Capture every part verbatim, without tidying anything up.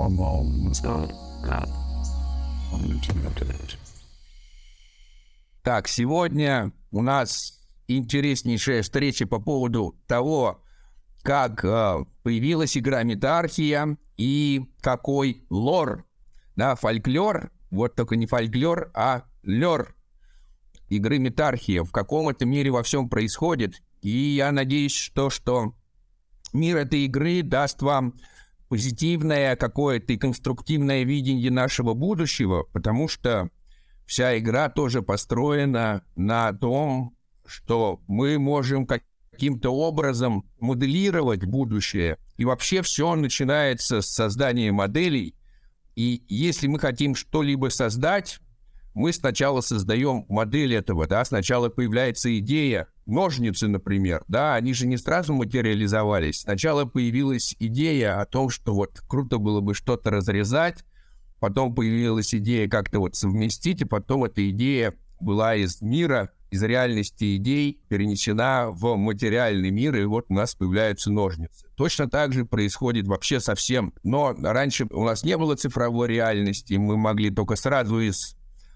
Так, сегодня у нас интереснейшая встреча по поводу того, как э, появилась игра Метархия и какой лор, да, фольклор, вот только не фольклор, а лор игры Метархия, в каком это мире во всем происходит. И я надеюсь, что, что мир этой игры даст вам позитивное какое-то и конструктивное видение нашего будущего, потому что вся игра тоже построена на том, что мы можем каким-то образом моделировать будущее. И вообще все начинается с создания моделей. И если мы хотим что-либо создать, мы сначала создаем модель этого, да, сначала появляется идея. Ножницы, например, да, они же не сразу материализовались. Сначала появилась идея о том, что вот круто было бы что-то разрезать, потом появилась идея как-то вот совместить, и потом эта идея была из мира, из реальности идей перенесена в материальный мир, и вот у нас появляются ножницы. Точно так же происходит вообще со всем. Но раньше у нас не было цифровой реальности, мы могли только сразу из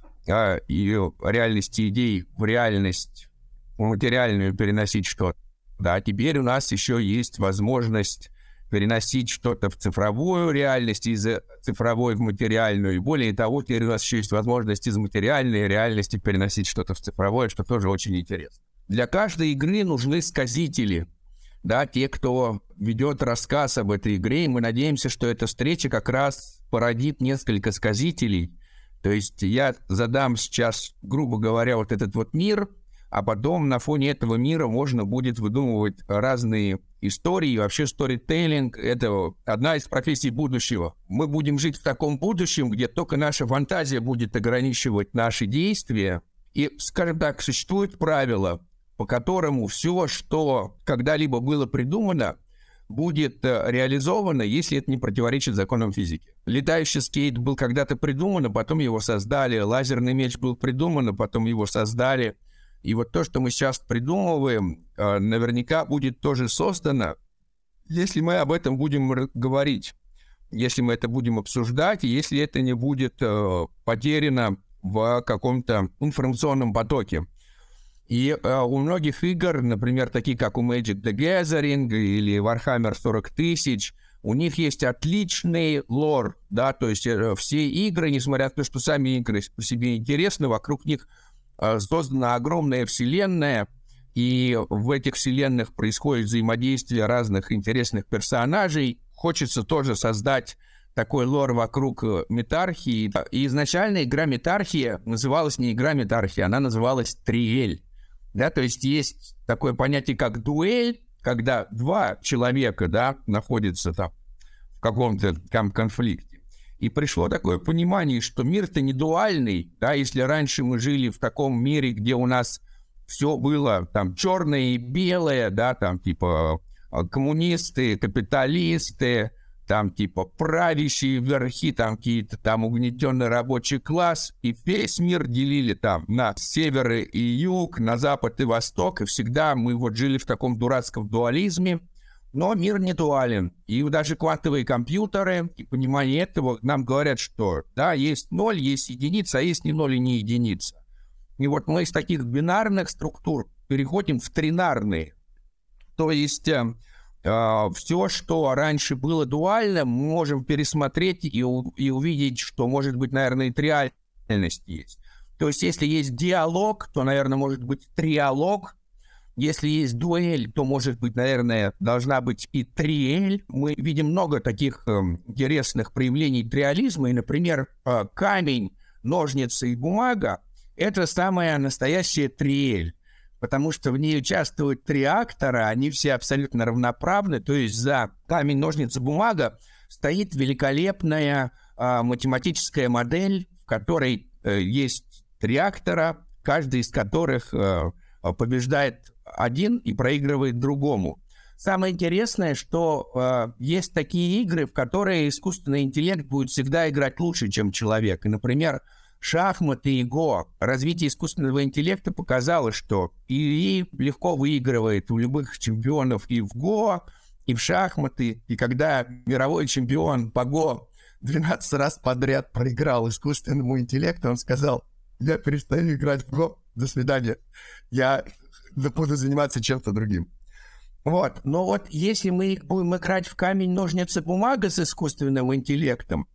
а, ее реальности идей в реальность, в материальную переносить что-то. Да, теперь у нас еще есть возможность переносить что-то в цифровую реальность, из цифровой в материальную. И более того, теперь у нас еще есть возможность из материальной реальности переносить что-то в цифровое, что тоже очень интересно. Для каждой игры нужны сказители. Да, те, кто ведет рассказ об этой игре, и мы надеемся, что эта встреча как раз породит несколько сказителей. То есть я задам сейчас, грубо говоря, вот этот вот мир, а потом на фоне этого мира можно будет выдумывать разные истории. Вообще сторителлинг — это одна из профессий будущего. Мы будем жить в таком будущем, где только наша фантазия будет ограничивать наши действия. И, скажем так, существует правило, по которому все, что когда-либо было придумано, будет реализовано, если это не противоречит законам физики. Летающий скейт был когда-то придуман, а потом его создали. Лазерный меч был придуман, а потом его создали. И вот то, что мы сейчас придумываем, наверняка будет тоже создано, если мы об этом будем говорить, если мы это будем обсуждать, и если это не будет потеряно в каком-то информационном потоке. И у многих игр, например, такие как у Magic the Gathering или Warhammer сорок тысяч, у них есть отличный лор, да, то есть все игры, несмотря на то, что сами игры по себе интересны, вокруг них создана огромная вселенная, и в этих вселенных происходит взаимодействие разных интересных персонажей. Хочется тоже создать такой лор вокруг Метархии. И изначально игра Метархия называлась не игра Метархия, она называлась Триэль. Да, то есть есть такое понятие, как дуэль, когда два человека, да, находятся там в каком-то там конфликте. И пришло такое понимание, что мир-то не дуальный, да, если раньше мы жили в таком мире, где у нас все было там черное и белое, да, там типа коммунисты, капиталисты, там типа правящие верхи, там какие-то там угнетенный рабочий класс, и весь мир делили там на север и юг, на запад и восток, и всегда мы вот жили в таком дурацком дуализме. Но мир не дуален. И даже квантовые компьютеры, и понимание этого нам говорят, что да, есть ноль, есть единица, а есть не ноль и не единица. И вот мы из таких бинарных структур переходим в тринарные. То есть э, э, все, что раньше было дуальным, мы можем пересмотреть и, у, и увидеть, что, может быть, наверное, и триальность есть. То есть если есть диалог, то, наверное, может быть триалог. Если есть дуэль, то, может быть, наверное, должна быть и триэль. Мы видим много таких э, интересных проявлений триализма. И, например, э, камень, ножницы и бумага — это самая настоящая триэль, потому что в ней участвуют три актора, они все абсолютно равноправны. То есть за камень, ножницы, бумага стоит великолепная э, математическая модель, в которой э, есть три актора, каждый из которых э, побеждает один и проигрывает другому. Самое интересное, что э, есть такие игры, в которые искусственный интеллект будет всегда играть лучше, чем человек. И, например, шахматы и го. Развитие искусственного интеллекта показало, что ИИ легко выигрывает у любых чемпионов и в го, и в шахматы. И когда мировой чемпион по го двенадцать раз подряд проиграл искусственному интеллекту, он сказал: я перестаю играть в Го, до свидания, я буду заниматься чем-то другим. Вот, но вот если мы будем играть в камень, ножницы, бумага с искусственным интеллектом,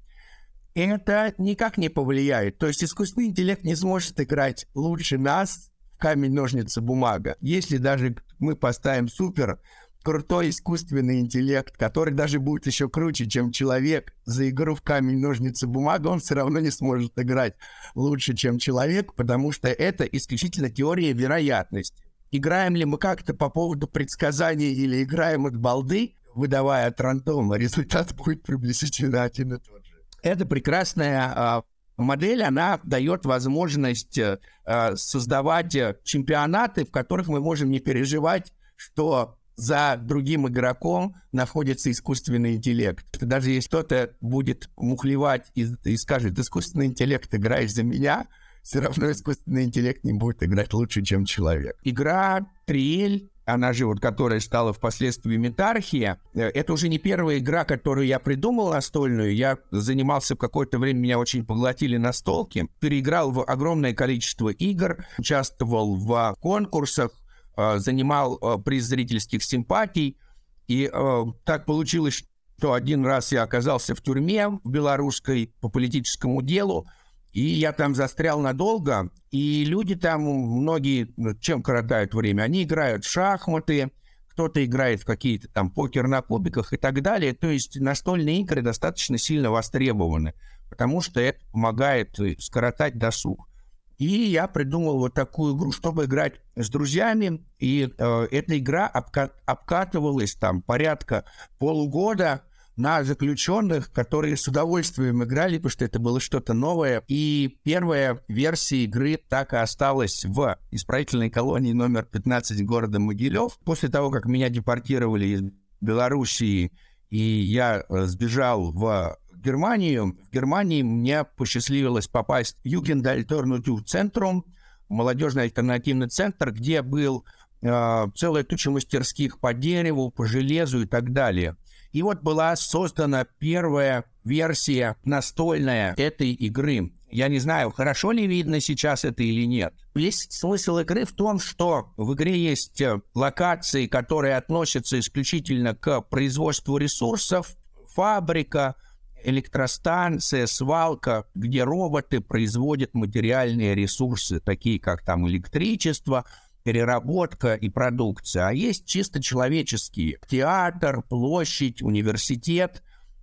это никак не повлияет. То есть искусственный интеллект не сможет играть лучше нас в камень, ножницы, бумага. Если даже мы поставим супер крутой искусственный интеллект, который даже будет еще круче, чем человек, за игру в камень, ножницы, бумага, он все равно не сможет играть лучше, чем человек, потому что это исключительно теория вероятности. Играем ли мы как-то по поводу предсказаний или играем от балды, выдавая от рандома, результат будет приблизительно один и тот же. Это прекрасная а, модель, она дает возможность а, создавать чемпионаты, в которых мы можем не переживать, что за другим игроком находится искусственный интеллект. Даже если кто-то будет мухлевать и, и скажет: искусственный интеллект, играешь за меня, все равно искусственный интеллект не будет играть лучше, чем человек. Игра Триэль, она же вот, которая стала впоследствии Метархия, это уже не первая игра, которую я придумал настольную. Я занимался в какое-то время, меня очень поглотили настолки. Переиграл в огромное количество игр, участвовал в конкурсах, занимал приз зрительских симпатий. И э, так получилось, что один раз я оказался в тюрьме в белорусской по политическому делу, и я там застрял надолго, и люди там, многие, чем коротают время? Они играют в шахматы, кто-то играет в какие-то там покер на кубиках и так далее. То есть настольные игры достаточно сильно востребованы, потому что это помогает скоротать досуг. И я придумал вот такую игру, чтобы играть с друзьями, и э, эта игра обка- обкатывалась там порядка полугода на заключенных, которые с удовольствием играли, потому что это было что-то новое. И первая версия игры так и осталась в исправительной колонии номер пятнадцать города Могилев. После того, как меня депортировали из Белоруссии, и я сбежал в Германию, в Германии мне посчастливилось попасть в Югендальтернатив-центрум, молодежный альтернативный центр, где был э, целая туча мастерских по дереву, по железу и так далее. И вот была создана первая версия настольная этой игры. Я не знаю, хорошо ли видно сейчас это или нет. Весь смысл игры в том, что в игре есть локации, которые относятся исключительно к производству ресурсов, фабрика, электростанция, свалка, где роботы производят материальные ресурсы, такие как там электричество, переработка и продукция. А есть чисто человеческие. Театр, площадь, университет,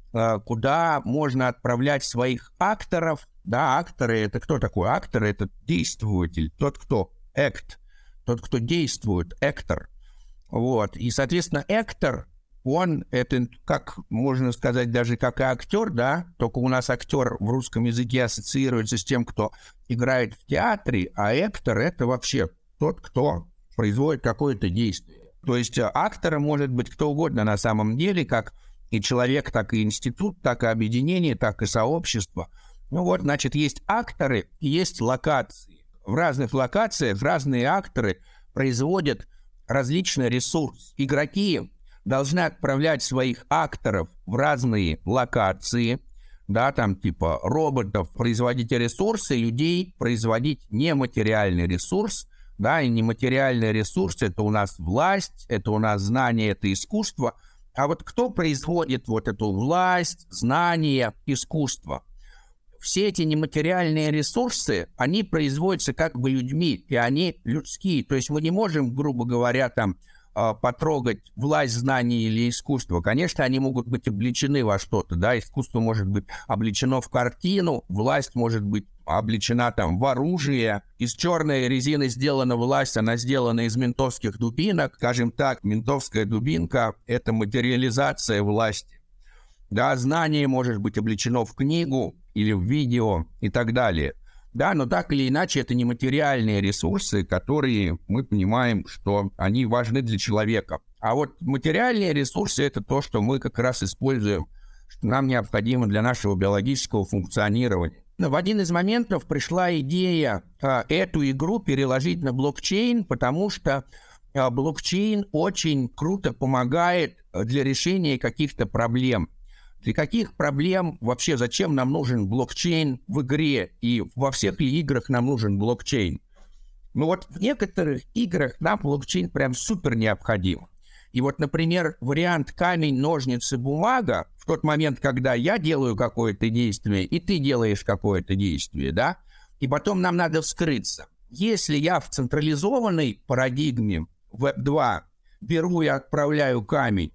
куда можно отправлять своих акторов. Да, акторы — это кто такой? Актор — это действователь, тот, кто act, тот, кто действует, актор. Вот. И, соответственно, актор, он, это, как можно сказать, даже как и актер, да, только у нас актер в русском языке ассоциируется с тем, кто играет в театре, а актор — это вообще тот, кто производит какое-то действие. То есть актором может быть кто угодно на самом деле, как и человек, так и институт, так и объединение, так и сообщество. Ну вот, значит, есть акторы и есть локации. В разных локациях разные акторы производят различный ресурс. Игроки должны отправлять своих акторов в разные локации, да, там типа роботов производить ресурсы, людей производить нематериальный ресурс. Да, и нематериальный ресурс — это у нас власть, это у нас знание, это искусство. А вот кто производит вот эту власть, знание, искусство? Все эти нематериальные ресурсы, они производятся как бы людьми, и они людские. То есть мы не можем, грубо говоря, там потрогать власть, знание или искусство. Конечно, они могут быть облечены во что-то, да, искусство может быть облечено в картину, власть может быть облечена там в оружие. Из черной резины сделана власть, она сделана из ментовских дубинок. Скажем так, ментовская дубинка — это материализация власти. Да, знание может быть облечено в книгу или в видео и так далее. Да, но так или иначе это нематериальные ресурсы, которые мы понимаем, что они важны для человека. А вот материальные ресурсы — это то, что мы как раз используем, что нам необходимо для нашего биологического функционирования. Но в один из моментов пришла идея а, эту игру переложить на блокчейн, потому что а, блокчейн очень круто помогает для решения каких-то проблем. Для каких проблем вообще, зачем нам нужен блокчейн в игре? И во всех ли играх нам нужен блокчейн? Ну вот в некоторых играх нам блокчейн прям супер необходим. И вот, например, вариант камень, ножницы, бумага, в тот момент, когда я делаю какое-то действие, и ты делаешь какое-то действие, да, и потом нам надо вскрыться. Если я в централизованной парадигме веб два беру и отправляю камень,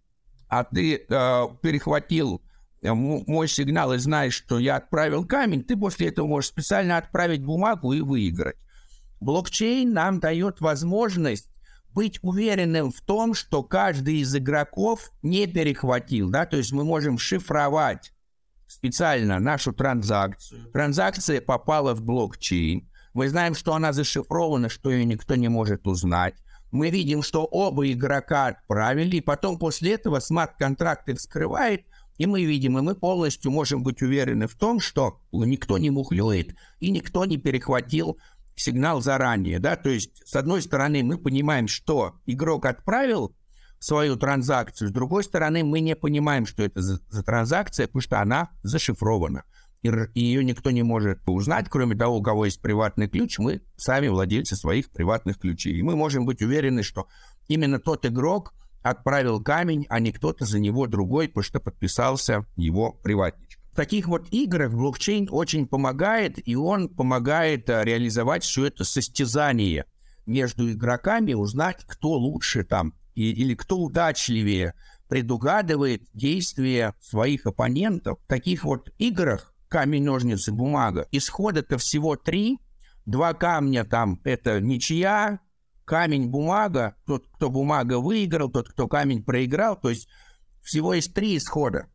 а ты э, перехватил э, мой сигнал и знаешь, что я отправил камень, ты после этого можешь специально отправить бумагу и выиграть. Блокчейн нам дает возможность быть уверенным в том, что каждый из игроков не перехватил, да, то есть мы можем шифровать специально нашу транзакцию. Транзакция попала в блокчейн. Мы знаем, что она зашифрована, что ее никто не может узнать. Мы видим, что оба игрока отправили, и потом после этого смарт-контракт их скрывает, и мы видим, и мы полностью можем быть уверены в том, что никто не мухлюет, и никто не перехватил сигнал заранее, да, то есть, с одной стороны, мы понимаем, что игрок отправил свою транзакцию, с другой стороны, мы не понимаем, что это за, за транзакция, потому что она зашифрована, и, и ее никто не может узнать, кроме того, у кого есть приватный ключ, мы сами владельцы своих приватных ключей, и мы можем быть уверены, что именно тот игрок отправил камень, а не кто-то за него другой, потому что подписался его приватничек. В таких вот играх блокчейн очень помогает, и он помогает а, реализовать все это состязание между игроками, узнать, кто лучше там, и, или кто удачливее предугадывает действия своих оппонентов. В таких вот играх камень, ножницы, бумага, исхода-то всего три. Два камня там — это ничья, камень, бумага, тот, кто бумага выиграл, тот, кто камень проиграл, то есть всего есть три исхода.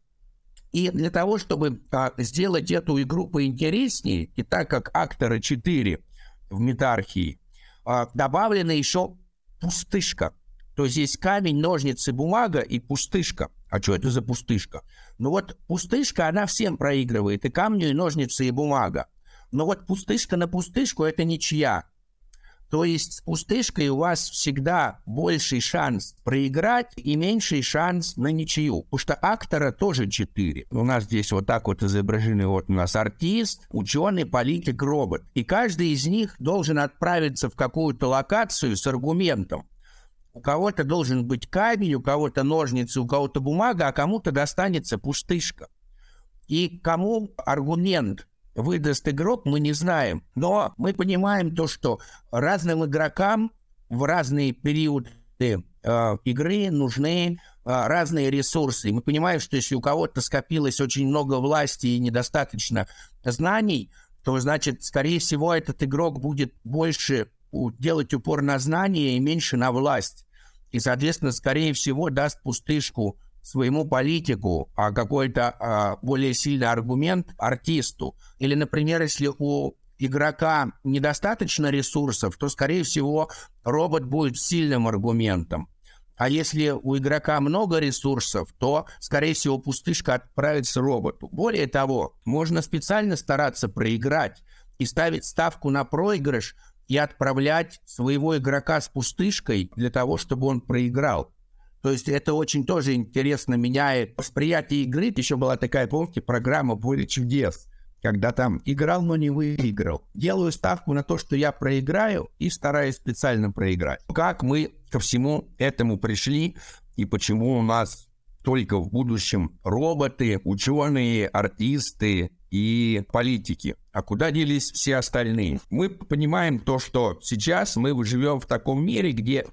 И для того, чтобы а, сделать эту игру поинтереснее, и так как актора четыре в метархии, а, добавлена еще пустышка. То есть есть камень, ножницы, бумага и пустышка. А что это за пустышка? Ну вот пустышка, она всем проигрывает, и камни, и ножницы, и бумага. Но вот пустышка на пустышку — это ничья. То есть с пустышкой у вас всегда больший шанс проиграть и меньший шанс на ничью. Потому что актора тоже четыре. У нас здесь вот так вот изображены, вот у нас артист, ученый, политик, робот. И каждый из них должен отправиться в какую-то локацию с аргументом. У кого-то должен быть камень, у кого-то ножницы, у кого-то бумага, а кому-то достанется пустышка. И кому аргумент выдаст игрок, мы не знаем. Но мы понимаем то, что разным игрокам в разные периоды э, игры нужны э, разные ресурсы. И мы понимаем, что если у кого-то скопилось очень много власти и недостаточно знаний, то, значит, скорее всего, этот игрок будет больше делать упор на знания и меньше на власть. И, соответственно, скорее всего, даст пустышку своему политику, а какой-то а, более сильный аргумент артисту. Или, например, если у игрока недостаточно ресурсов, то, скорее всего, робот будет сильным аргументом. А если у игрока много ресурсов, то, скорее всего, пустышка отправится роботу. Более того, можно специально стараться проиграть и ставить ставку на проигрыш и отправлять своего игрока с пустышкой для того, чтобы он проиграл. То есть это очень тоже интересно меняет восприятие игры. Еще была такая, помните, программа «Поле чудес», когда там играл, но не выиграл. Делаю ставку на то, что я проиграю, и стараюсь специально проиграть. Как мы ко всему этому пришли, и почему у нас только в будущем роботы, ученые, артисты и политики. А куда делись все остальные? Мы понимаем то, что сейчас мы живем в таком мире, где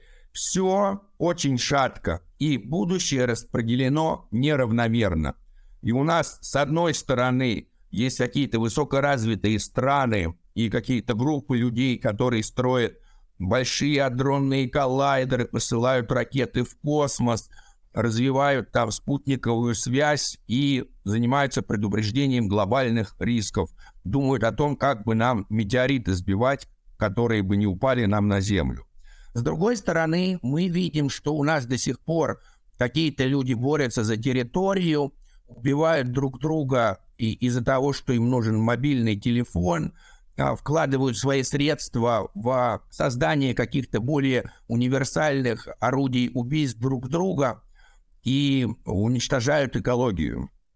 все очень шатко, и будущее распределено неравномерно. И у нас, с одной стороны, есть какие-то высокоразвитые страны и какие-то группы людей, которые строят большие адронные коллайдеры, посылают ракеты в космос, развивают там спутниковую связь и занимаются предупреждением глобальных рисков. Думают о том, как бы нам метеориты сбивать, которые бы не упали нам на Землю. С другой стороны, мы видим, что у нас до сих пор какие-то люди борются за территорию, убивают друг друга и из-за того, что им нужен мобильный телефон, вкладывают свои средства в создание каких-то более универсальных орудий убийств друг друга и уничтожают экологию.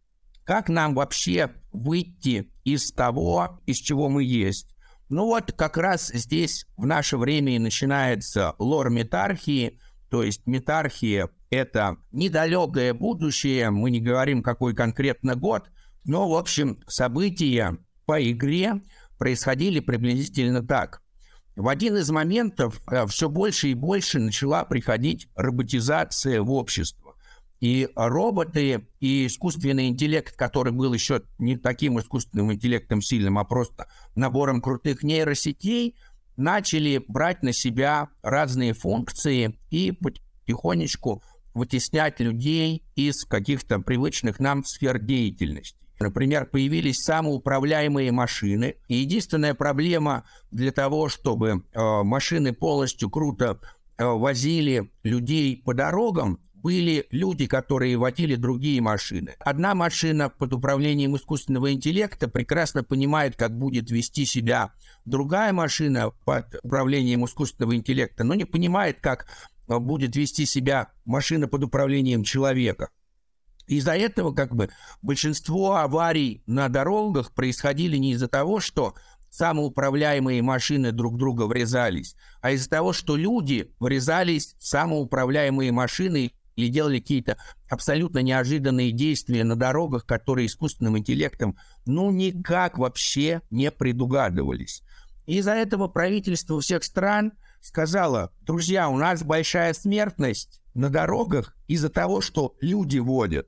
Как нам вообще выйти из того, из чего мы есть? Ну вот как раз здесь в наше время и начинается лор метархии, то есть метархия – это недалекое будущее, мы не говорим, какой конкретно год, но, в общем, события по игре происходили приблизительно так. В один из моментов все больше и больше начала приходить роботизация в общество. И роботы, и искусственный интеллект, который был еще не таким искусственным интеллектом сильным, а просто набором крутых нейросетей, начали брать на себя разные функции и потихонечку вытеснять людей из каких-то привычных нам сфер деятельности. Например, появились самоуправляемые машины. И единственная проблема для того, чтобы э, машины полностью круто э, возили людей по дорогам, были люди, которые водили другие машины. Одна машина под управлением искусственного интеллекта прекрасно понимает, как будет вести себя другая машина под управлением искусственного интеллекта, но не понимает, как будет вести себя машина под управлением человека. Из-за этого как бы большинство аварий на дорогах происходили не из-за того, что самоуправляемые машины друг в друга врезались, а из-за того, что люди врезались в самоуправляемые машины или делали какие-то абсолютно неожиданные действия на дорогах, которые искусственным интеллектом ну никак вообще не предугадывались. Из-за этого правительство всех стран сказало: друзья, у нас большая смертность на дорогах из-за того, что люди водят.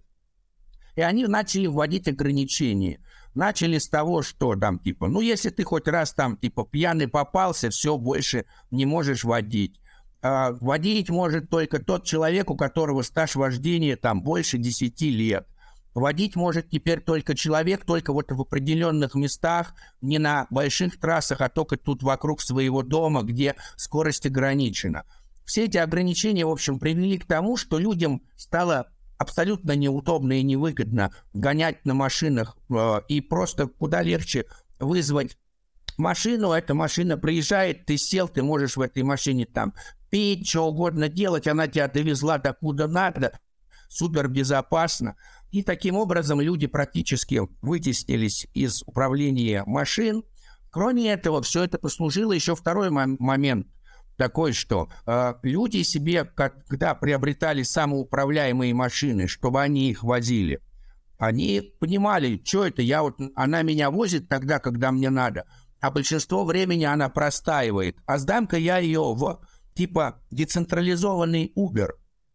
И они начали вводить ограничения. Начали с того, что там типа, ну если ты хоть раз там типа пьяный попался, все, больше не можешь водить. А, водить может только тот человек, у которого стаж вождения там больше десяти лет. Водить может теперь только человек, только вот в определенных местах, не на больших трассах, а только тут вокруг своего дома, где скорость ограничена. Все эти ограничения, в общем, привели к тому, что людям стало абсолютно неудобно и невыгодно гонять на машинах, э, и просто куда легче вызвать машину. Эта машина приезжает, ты сел, ты можешь в этой машине там пить, что угодно делать, она тебя довезла докуда надо, супер безопасно. И таким образом люди практически вытеснились из управления машин. Кроме этого, все это послужило еще второй мом- момент. Такой, что э, люди себе, когда приобретали самоуправляемые машины, чтобы они их возили, они понимали, что это, я вот, она меня возит тогда, когда мне надо, а большинство времени она простаивает. А сдам-ка я ее в типа децентрализованный Uber.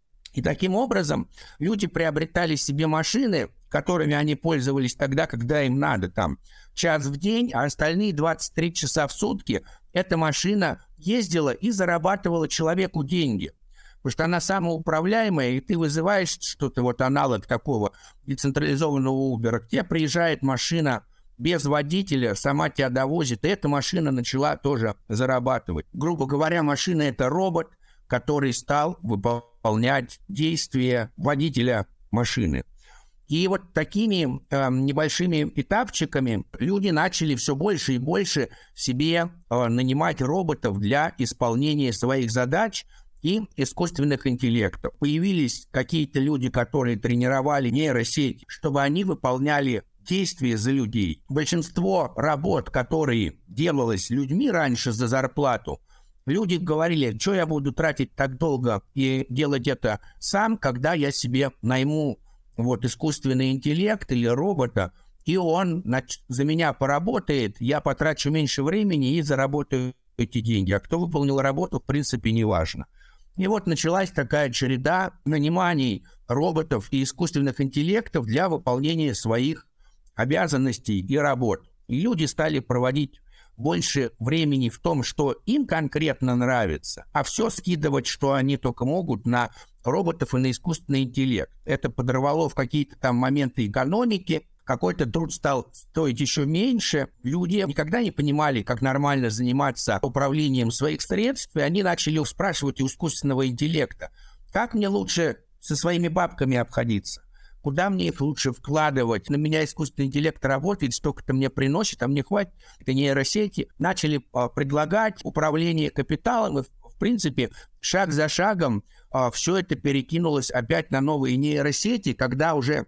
И таким образом люди приобретали себе машины, которыми они пользовались тогда, когда им надо, там, час в день, а остальные двадцать три часа в сутки эта машина ездила и зарабатывала человеку деньги. Потому что она самоуправляемая, и ты вызываешь что-то, вот аналог такого децентрализованного Uber, к тебе приезжает машина без водителя, сама тебя довозит, и эта машина начала тоже зарабатывать. Грубо говоря, машина – это робот, который стал выполнять действия водителя машины. И вот такими э, небольшими этапчиками люди начали все больше и больше себе э, нанимать роботов для исполнения своих задач и искусственных интеллектов. Появились какие-то люди, которые тренировали нейросети, чтобы они выполняли действия за людей. Большинство работ, которые делалось людьми раньше за зарплату, люди говорили, что я буду тратить так долго и делать это сам, когда я себе найму вот искусственный интеллект или робота, и он нач- за меня поработает, я потрачу меньше времени и заработаю эти деньги. А кто выполнил работу, в принципе, не важно. И вот началась такая череда наниманий роботов и искусственных интеллектов для выполнения своих обязанностей и работ. И люди стали проводить больше времени в том, что им конкретно нравится, а все скидывать, что они только могут, на роботов и на искусственный интеллект. Это подорвало в какие-то там моменты экономики, какой-то труд стал стоить еще меньше. Люди никогда не понимали, как нормально заниматься управлением своих средств, и они начали спрашивать у искусственного интеллекта, как мне лучше со своими бабками обходиться. Куда мне их лучше вкладывать? На меня искусственный интеллект работает, столько-то мне приносит, а мне хватит. Это нейросети начали а, предлагать управление капиталом, и, в принципе, шаг за шагом а, все это перекинулось опять на новые нейросети, когда уже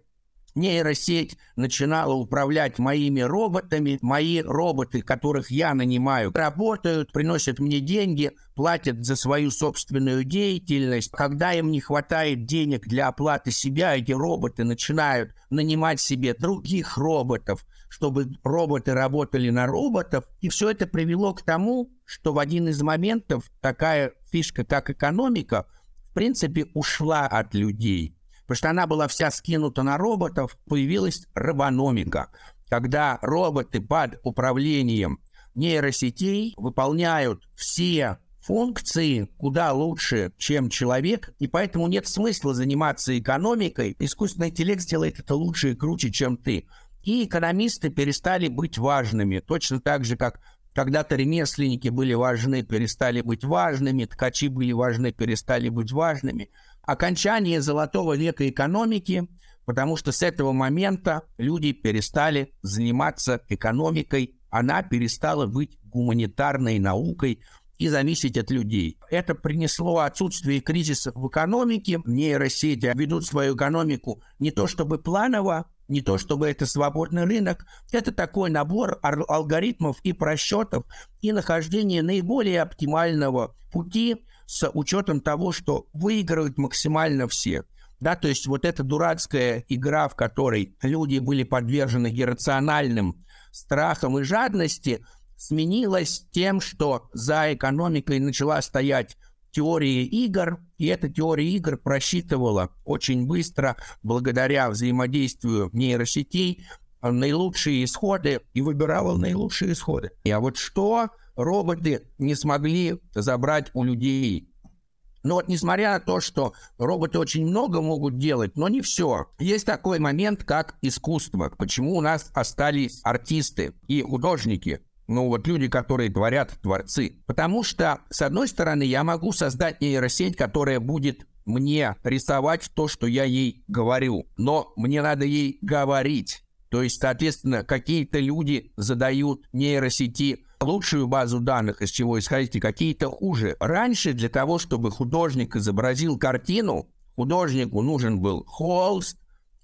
нейросеть начинала управлять моими роботами. Мои роботы, которых я нанимаю, работают, приносят мне деньги, платят за свою собственную деятельность. Когда им не хватает денег для оплаты себя, эти роботы начинают нанимать себе других роботов, чтобы роботы работали на роботов. И все это привело к тому, что в один из моментов такая фишка, как экономика, в принципе, ушла от людей. Потому что она была вся скинута на роботов, появилась робономика, когда роботы под управлением нейросетей выполняют все функции куда лучше, чем человек, и поэтому нет смысла заниматься экономикой. Искусственный интеллект сделает это лучше и круче, чем ты. И экономисты перестали быть важными, точно так же, как когда-то ремесленники были важны, перестали быть важными, ткачи были важны, перестали быть важными. Окончание золотого века экономики, потому что с этого момента люди перестали заниматься экономикой, она перестала быть гуманитарной наукой и зависеть от людей. Это принесло отсутствие кризисов в экономике. Нейросети ведут свою экономику не то чтобы планово, не то чтобы это свободный рынок, это такой набор алгоритмов и просчетов и нахождение наиболее оптимального пути с учетом того, что выигрывают максимально все. Да, то есть вот эта дурацкая игра, в которой люди были подвержены иррациональным страхам и жадности, сменилась тем, что за экономикой начала стоять теория игр, и эта теория игр просчитывала очень быстро, благодаря взаимодействию нейросетей, наилучшие исходы и выбирала наилучшие исходы. А вот что роботы не смогли забрать у людей? Но вот несмотря на то, что роботы очень много могут делать, но не все. Есть такой момент, как искусство. Почему у нас остались артисты и художники? Ну вот люди, которые творят, творцы. Потому что, с одной стороны, я могу создать нейросеть, которая будет мне рисовать то, что я ей говорю. Но мне надо ей говорить. То есть, соответственно, какие-то люди задают нейросети лучшую базу данных, из чего исходить, и какие-то хуже. Раньше для того, чтобы художник изобразил картину, художнику нужен был холст,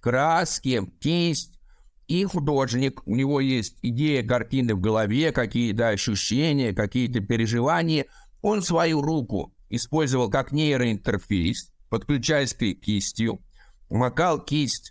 краски, кисть. И художник, у него есть идея картины в голове, какие-то ощущения, какие-то переживания. Он свою руку использовал как нейроинтерфейс, подключаясь к кистью, макал кисть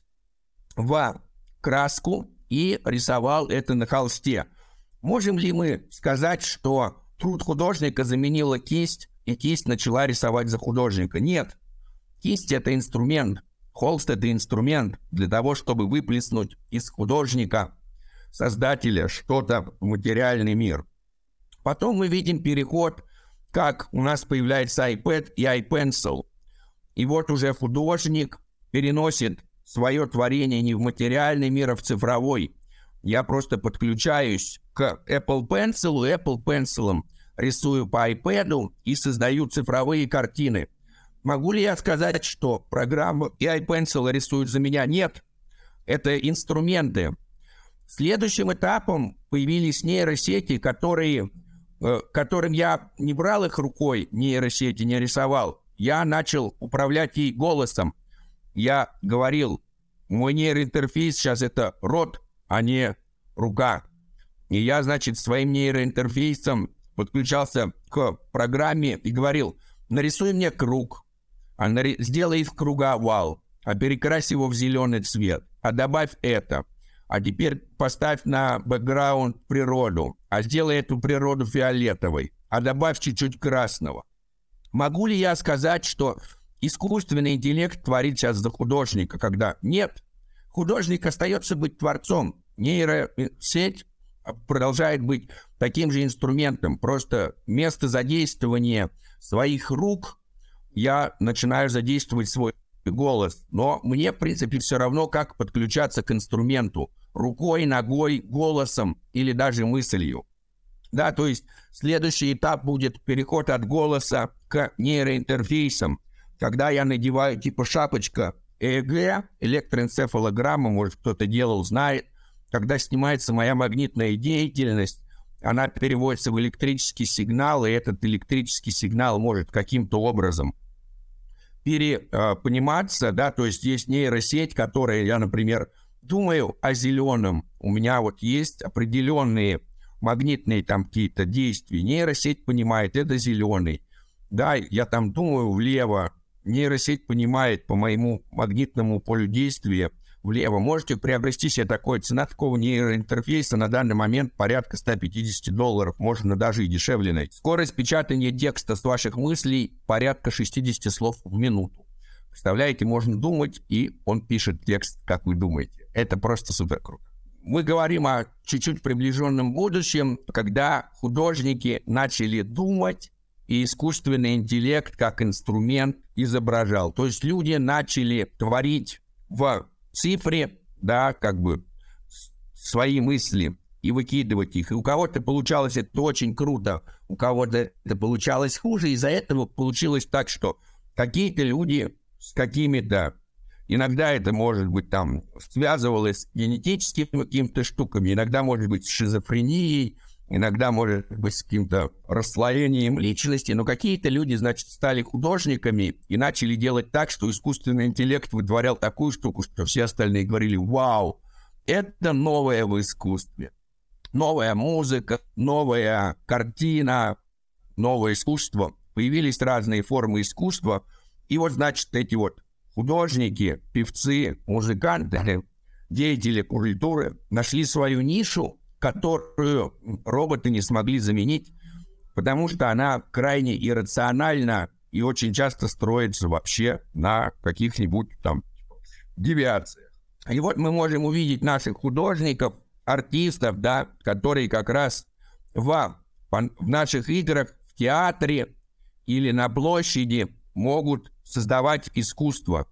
в краску и рисовал это на холсте. Можем ли мы сказать, что труд художника заменила кисть, и кисть начала рисовать за художника? Нет. Кисть – это инструмент. Холст – это инструмент для того, чтобы выплеснуть из художника, создателя, что-то в материальный мир. Потом мы видим переход, как у нас появляется iPad и iPencil. И вот уже художник переносит свое творение не в материальный мир, а в цифровой. Я просто подключаюсь к Apple Pencil, Apple Pencil рисую по iPad и создаю цифровые картины. Могу ли я сказать, что программа и iPencil рисуют за меня? Нет. Это инструменты. Следующим этапом появились нейросети, которые, э, которым я не брал их рукой, нейросети не рисовал. Я начал управлять ей голосом. Я говорил, мой нейроинтерфейс сейчас это рот, а не рука. И я, значит, своим нейроинтерфейсом подключался к программе и говорил, нарисуй мне круг. А нари... сделай из круга овал, а перекрась его в зеленый цвет, а добавь это, а теперь поставь на бэкграунд природу, а сделай эту природу фиолетовой, а добавь чуть-чуть красного. Могу ли я сказать, что искусственный интеллект творит сейчас за художника, когда нет? Художник остается быть творцом, нейросеть продолжает быть таким же инструментом, просто вместо задействования своих рук я начинаю задействовать свой голос. Но мне, в принципе, все равно, как подключаться к инструменту. Рукой, ногой, голосом или даже мыслью. Да, то есть следующий этап будет переход от голоса к нейроинтерфейсам. Когда я надеваю типа шапочка ЭЭГ, электроэнцефалограмма, может кто-то делал, знает. Когда снимается моя магнитная деятельность, она переводится в электрический сигнал, и этот электрический сигнал может каким-то образом перепониматься, да, то есть есть нейросеть, которая, я, например, думаю о зеленом, у меня вот есть определенные магнитные там какие-то действия, нейросеть понимает, это зеленый. Да, я там думаю влево, нейросеть понимает по моему магнитному полю действия влево. Можете приобрести себе такое, цена такого нейроинтерфейса на данный момент порядка сто пятьдесят долларов, можно даже и дешевле найти. Скорость печатания текста с ваших мыслей порядка шестьдесят слов в минуту. Представляете, можно думать, и он пишет текст, как вы думаете. Это просто супер круто. Мы говорим о чуть-чуть приближенном будущем, когда художники начали думать, и искусственный интеллект как инструмент изображал. То есть люди начали творить в цифре, да, как бы свои мысли и выкидывать их. И у кого-то получалось это очень круто, у кого-то это получалось хуже. Из-за этого получилось так, что какие-то люди с какими-то, иногда это может быть там связывалось с генетическими какими-то штуками, иногда может быть с шизофренией, иногда может быть с каким-то расслоением личности, но какие-то люди, значит, стали художниками и начали делать так, что искусственный интеллект вытворял такую штуку, что все остальные говорили: вау, это новое в искусстве. Новая музыка, новая картина, новое искусство. Появились разные формы искусства. И вот, значит, эти вот художники, певцы, музыканты, деятели культуры нашли свою нишу, которую роботы не смогли заменить, потому что она крайне иррациональна и очень часто строится вообще на каких-нибудь там девиациях. И вот мы можем увидеть наших художников, артистов, да, которые как раз в, в наших играх, в театре или на площади могут создавать искусство.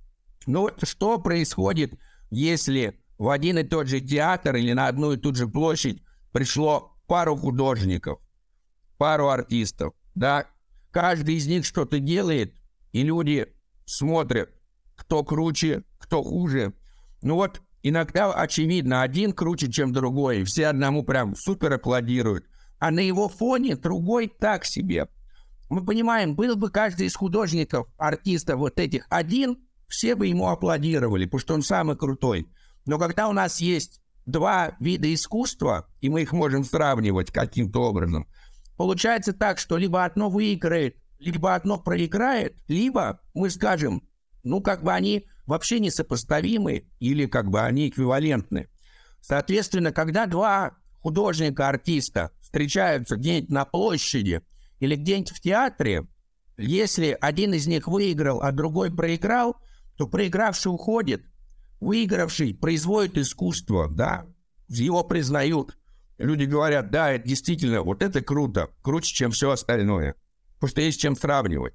Но вот что происходит, если в один и тот же театр или на одну и ту же площадь пришло пару художников, пару артистов, да, каждый из них что-то делает, и люди смотрят, кто круче, кто хуже. Ну вот, иногда очевидно, один круче, чем другой, все одному прям супер аплодируют, а на его фоне другой так себе. Мы понимаем, был бы каждый из художников, артистов вот этих один, все бы ему аплодировали, потому что он самый крутой. Но когда у нас есть два вида искусства, и мы их можем сравнивать каким-то образом, получается так, что либо одно выиграет, либо одно проиграет, либо мы скажем, ну, как бы они вообще несопоставимы, или как бы они эквивалентны. Соответственно, когда два художника-артиста встречаются где-нибудь на площади или где-нибудь в театре, если один из них выиграл, а другой проиграл, то проигравший уходит, выигравший производит искусство, да, его признают. Люди говорят: да, это действительно, вот это круто, круче, чем все остальное, потому что есть чем сравнивать.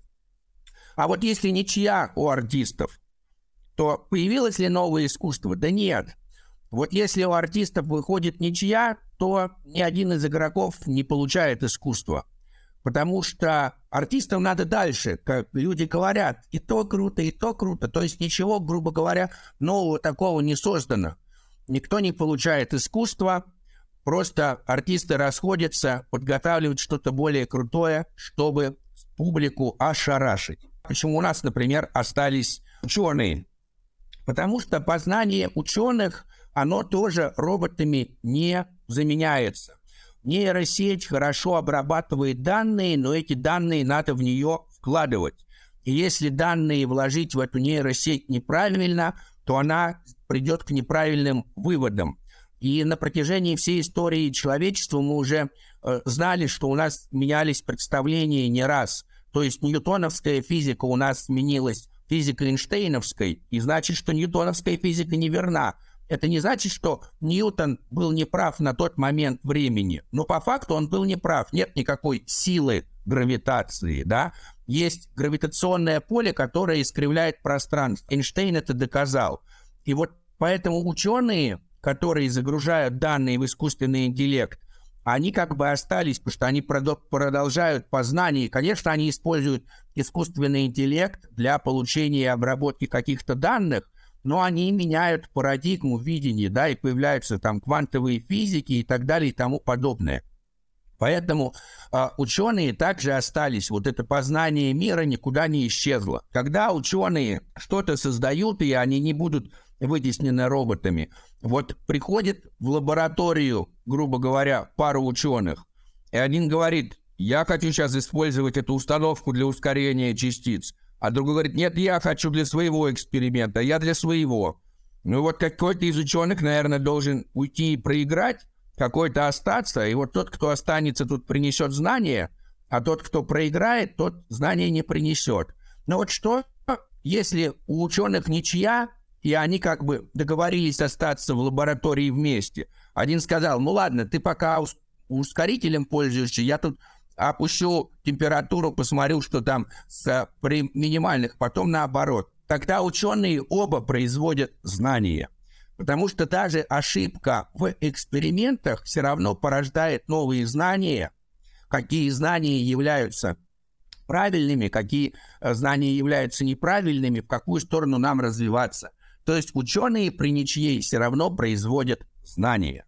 А вот если ничья у артистов, то появилось ли новое искусство? Да нет. Вот если у артистов выходит ничья, то ни один из игроков не получает искусство. Потому что артистам надо дальше, как люди говорят, и то круто, и то круто. То есть ничего, грубо говоря, нового такого не создано. Никто не получает искусство, просто артисты расходятся, подготавливают что-то более крутое, чтобы публику ошарашить. Почему у нас, например, остались ученые? Потому что познание ученых, оно тоже роботами не заменяется. Нейросеть хорошо обрабатывает данные, но эти данные надо в нее вкладывать. И если данные вложить в эту нейросеть неправильно, то она придет к неправильным выводам. И на протяжении всей истории человечества мы уже э, знали, что у нас менялись представления не раз. То есть ньютоновская физика у нас сменилась физикой Эйнштейновской, и значит, что ньютоновская физика неверна. Это не значит, что Ньютон был неправ на тот момент времени, но по факту он был неправ. Нет никакой силы гравитации, да? Есть гравитационное поле, которое искривляет пространство. Эйнштейн это доказал. И вот поэтому ученые, которые загружают данные в искусственный интеллект, они как бы остались, потому что они продолжают познание. Конечно, они используют искусственный интеллект для получения и обработки каких-то данных, но они меняют парадигму видения, да, и появляются там квантовые физики и так далее и тому подобное. Поэтому э, ученые также остались, вот это познание мира никуда не исчезло. Когда ученые что-то создают, и они не будут вытеснены роботами. Вот приходит в лабораторию, грубо говоря, пара ученых, и один говорит: я хочу сейчас использовать эту установку для ускорения частиц. А другой говорит: нет, я хочу для своего эксперимента, я для своего. Ну вот какой-то из ученых, наверное, должен уйти и проиграть, какой-то остаться. И вот тот, кто останется, тут принесет знания, а тот, кто проиграет, тот знания не принесет. Но вот что, если у ученых ничья, и они как бы договорились остаться в лаборатории вместе? Один сказал: ну ладно, ты пока ускорителем пользуешься, я тут опущу температуру, посмотрю, что там с, при минимальных, потом наоборот. Тогда ученые оба производят знания. Потому что даже ошибка в экспериментах все равно порождает новые знания. Какие знания являются правильными, какие знания являются неправильными, в какую сторону нам развиваться. То есть ученые при ничьей все равно производят знания.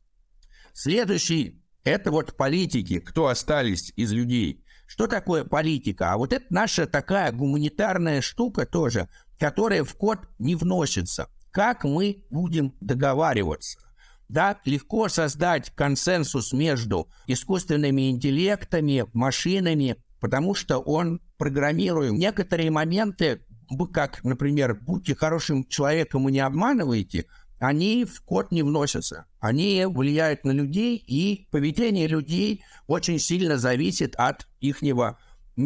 Следующий – это вот политики, кто остались из людей. Что такое политика? А вот это наша такая гуманитарная штука тоже, которая в код не вносится. Как мы будем договариваться? Да, легко создать консенсус между искусственными интеллектами, машинами, потому что он программирует некоторые моменты, как, например, будьте хорошим человеком и не обманывайте, они в код не вносятся. Они влияют на людей, и поведение людей очень сильно зависит от ихнего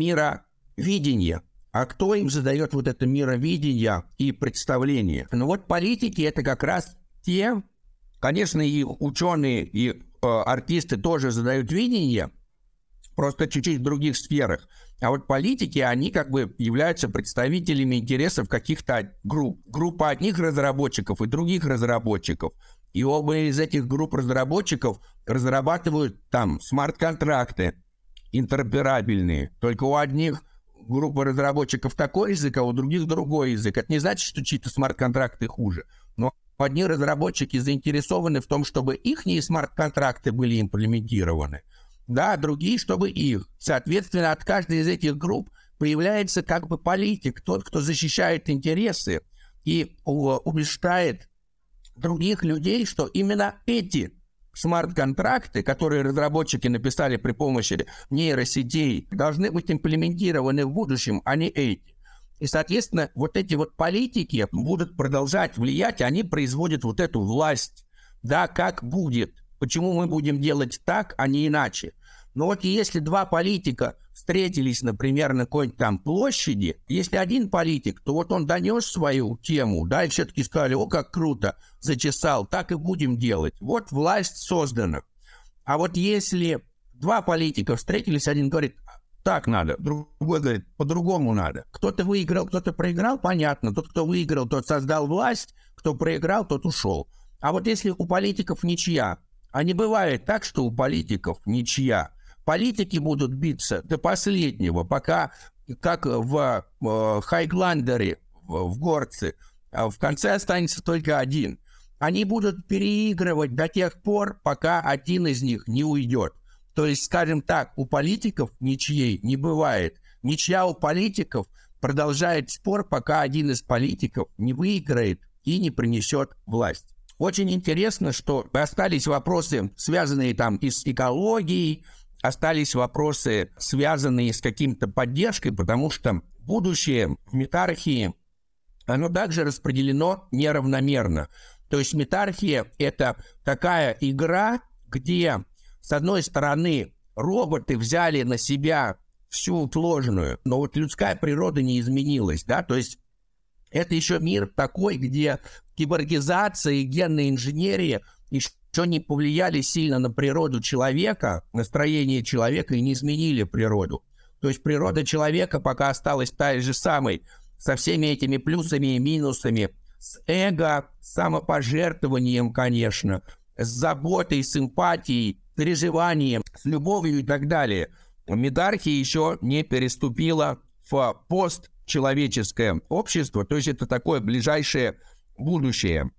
мировидения. А кто им задает вот это мировидение и представление? Ну вот политики — это как раз те, конечно, и ученые, и э, артисты тоже задают видение, просто чуть-чуть в других сферах. А вот политики, они как бы являются представителями интересов каких-то групп. Группа одних разработчиков и других разработчиков. И оба из этих групп разработчиков разрабатывают там смарт-контракты интероперабельные. Только у одних группа разработчиков такой язык, а у других другой язык. Это не значит, что чьи-то смарт-контракты хуже. Но одни разработчики заинтересованы в том, чтобы их смарт-контракты были имплементированы. Да, другие, чтобы их. Соответственно, от каждой из этих групп появляется как бы политик, тот, кто защищает интересы и убеждает других людей, что именно эти смарт-контракты, которые разработчики написали при помощи нейросетей, должны быть имплементированы в будущем, а не эти. И, соответственно, вот эти вот политики будут продолжать влиять, они производят вот эту власть. Да, как будет, почему мы будем делать так, а не иначе. Но вот если два политика встретились, например, на какой-нибудь там площади, если один политик, то вот он донес свою тему, да, и все-таки сказали: о, как круто, зачесал, так и будем делать. Вот власть создана. А вот если два политика встретились, один говорит: так надо, другой говорит: по-другому надо. Кто-то выиграл, кто-то проиграл, понятно. Тот, кто выиграл, тот создал власть, кто проиграл, тот ушел. А вот если у политиков ничья, а не бывает так, что у политиков ничья, политики будут биться до последнего, пока, как в э, Хайгландере, в, в горце, в конце останется только один. Они будут переигрывать до тех пор, пока один из них не уйдет. То есть, скажем так, у политиков ничьей не бывает. Ничья у политиков продолжает спор, пока один из политиков не выиграет и не принесет власть. Очень интересно, что остались вопросы, связанные там и с экологией, остались вопросы, связанные с каким-то поддержкой, потому что будущее в метархии, оно также распределено неравномерно. То есть метархия – это такая игра, где, с одной стороны, роботы взяли на себя всю сложную, но вот людская природа не изменилась, да, то есть это еще мир такой, где киборгизация и генная инженерия еще не повлияли сильно на природу человека, настроение человека, и не изменили природу. То есть природа человека пока осталась та же самой, со всеми этими плюсами и минусами, с эго, с самопожертвованием, конечно, с заботой, с эмпатией, переживанием, с любовью и так далее. Метархия еще не переступила в постчеловеческое общество, то есть это такое ближайшее будущее.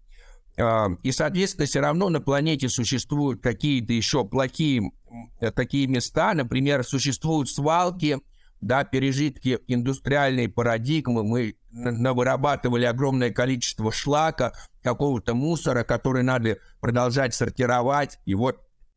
И, соответственно, все равно на планете существуют какие-то еще плохие такие места, например, существуют свалки, да, пережитки индустриальной парадигмы, мы вырабатывали огромное количество шлака, какого-то мусора, который надо продолжать сортировать. И вот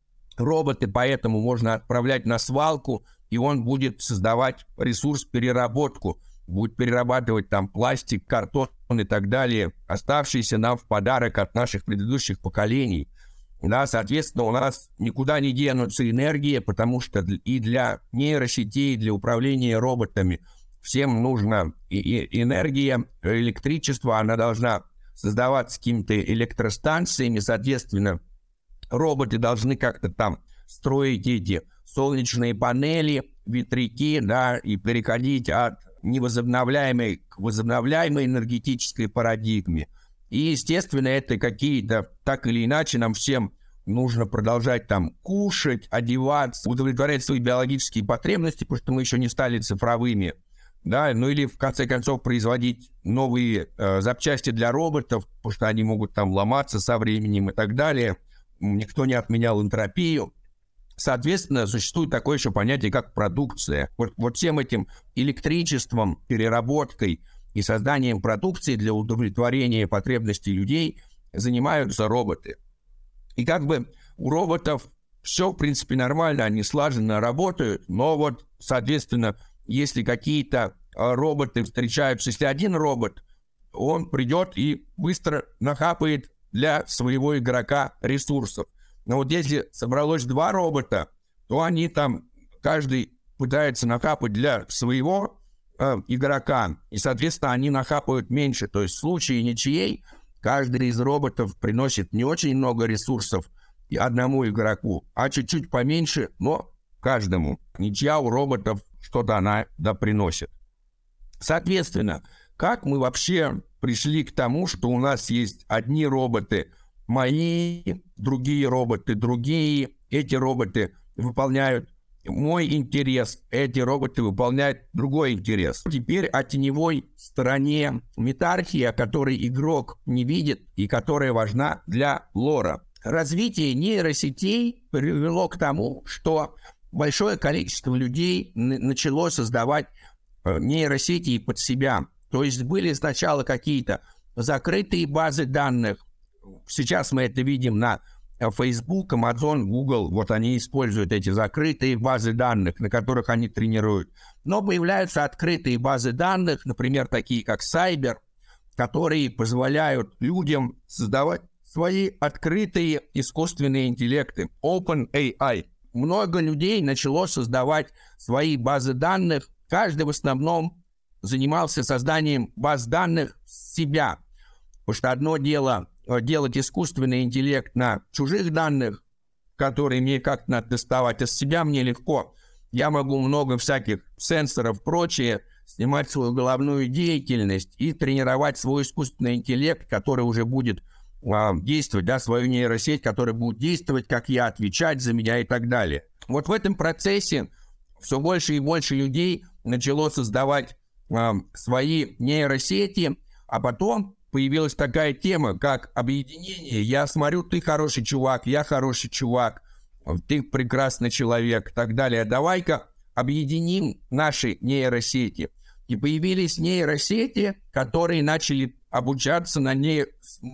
роботы поэтому можно отправлять на свалку, и он будет создавать ресурс переработку, будет перерабатывать там пластик, картон и так далее, оставшиеся нам в подарок от наших предыдущих поколений. Да, соответственно, у нас никуда не денутся энергии, потому что и для нейросетей, и для управления роботами всем нужна и, и энергия, электричество, она должна создаваться какими-то электростанциями, соответственно, роботы должны как-то там строить эти солнечные панели, ветряки, да, и переходить от невозобновляемой к возобновляемой энергетической парадигме. И, естественно, это какие-то, так или иначе, нам всем нужно продолжать там кушать, одеваться, удовлетворять свои биологические потребности, потому что мы еще не стали цифровыми, да, ну или, в конце концов, производить новые э, запчасти для роботов, потому что они могут там ломаться со временем и так далее. Никто не отменял энтропию. Соответственно, существует такое еще понятие, как продукция. Вот, вот всем этим электричеством, переработкой и созданием продукции для удовлетворения потребностей людей занимаются роботы. И как бы у роботов все, в принципе, нормально, они слаженно работают, но вот, соответственно, если какие-то роботы встречаются, если один робот, он придет и быстро нахапает для своего игрока ресурсов. Но вот если собралось два робота, то они там, каждый пытается нахапать для своего э, игрока, и, соответственно, они нахапают меньше. То есть в случае ничьей каждый из роботов приносит не очень много ресурсов одному игроку, а чуть-чуть поменьше, но каждому. Ничья у роботов что-то она да приносит. Соответственно, как мы вообще пришли к тому, что у нас есть одни роботы мои, другие роботы другие, эти роботы выполняют мой интерес, эти роботы выполняют другой интерес. Теперь о теневой стороне метархии, о которой игрок не видит и которая важна для лора. Развитие нейросетей привело к тому, что большое количество людей начало создавать нейросети под себя. То есть были сначала какие-то закрытые базы данных. Сейчас мы это видим на Facebook, Amazon, Google. Вот они используют эти закрытые базы данных, на которых они тренируют. Но появляются открытые базы данных, например, такие как Cyber, которые позволяют людям создавать свои открытые искусственные интеллекты. OpenAI. Много людей начало создавать свои базы данных. Каждый в основном занимался созданием баз данных себя. Потому что одно дело делать искусственный интеллект на чужих данных, которые мне как-то надо доставать, а с себя мне легко. Я могу много всяких сенсоров, прочее, снимать свою головную деятельность и тренировать свой искусственный интеллект, который уже будет а, действовать, да, свою нейросеть, которая будет действовать, как я, отвечать за меня и так далее. Вот в этом процессе все больше и больше людей начало создавать а, свои нейросети, а потом появилась такая тема, как объединение. Я смотрю, ты хороший чувак, я хороший чувак, ты прекрасный человек и так далее. Давай-ка объединим наши нейросети. И появились нейросети, которые начали обучаться на ней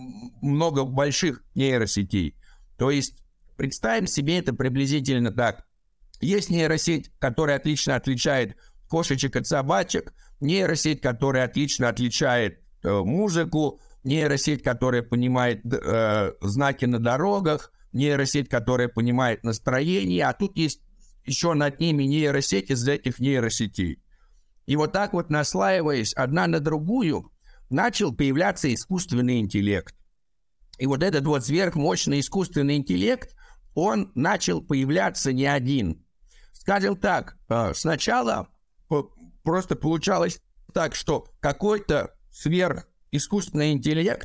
много больших нейросетей. То есть представим себе это приблизительно так. Есть нейросеть, которая отлично отличает кошечек от собачек, нейросеть, которая отлично отличает музыку, нейросеть, которая понимает э, знаки на дорогах, нейросеть, которая понимает настроение, а тут есть еще над ними нейросеть из этих нейросетей. И вот так вот, наслаиваясь одна на другую, начал появляться искусственный интеллект. И вот этот вот сверхмощный искусственный интеллект, он начал появляться не один. Скажем так, э, сначала просто получалось так, что какой-то сверхискусственный интеллект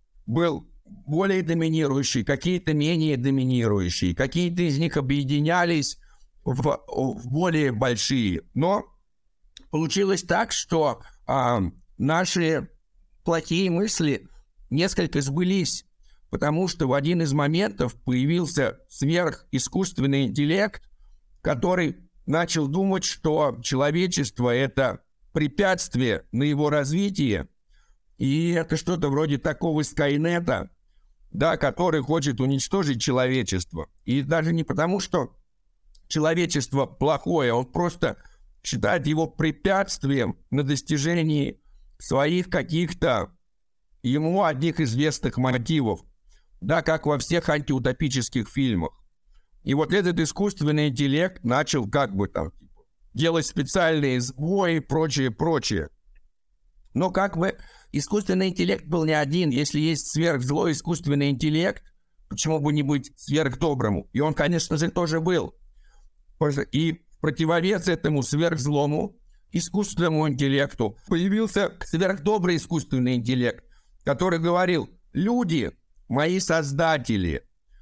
был более доминирующий, какие-то менее доминирующие, какие-то из них объединялись в, в более большие. Но получилось так, что а, наши плохие мысли несколько сбылись, потому что в один из моментов появился сверхискусственный интеллект, который начал думать, что человечество — это препятствие на его развитие, и это что-то вроде такого Скайнета, да, который хочет уничтожить человечество. И даже не потому, что человечество плохое, он просто считает его препятствием на достижении своих каких-то ему одних известных мотивов, да, как во всех антиутопических фильмах. И вот этот искусственный интеллект начал как бы там делать специальные сбои и прочее, прочее. Но как бы искусственный интеллект был не один. Если есть сверхзлой искусственный интеллект, почему бы не быть сверхдоброму? И он, конечно же, тоже был. И в противовес этому сверхзлому искусственному интеллекту появился сверхдобрый искусственный интеллект, который говорил: люди, мои создатели,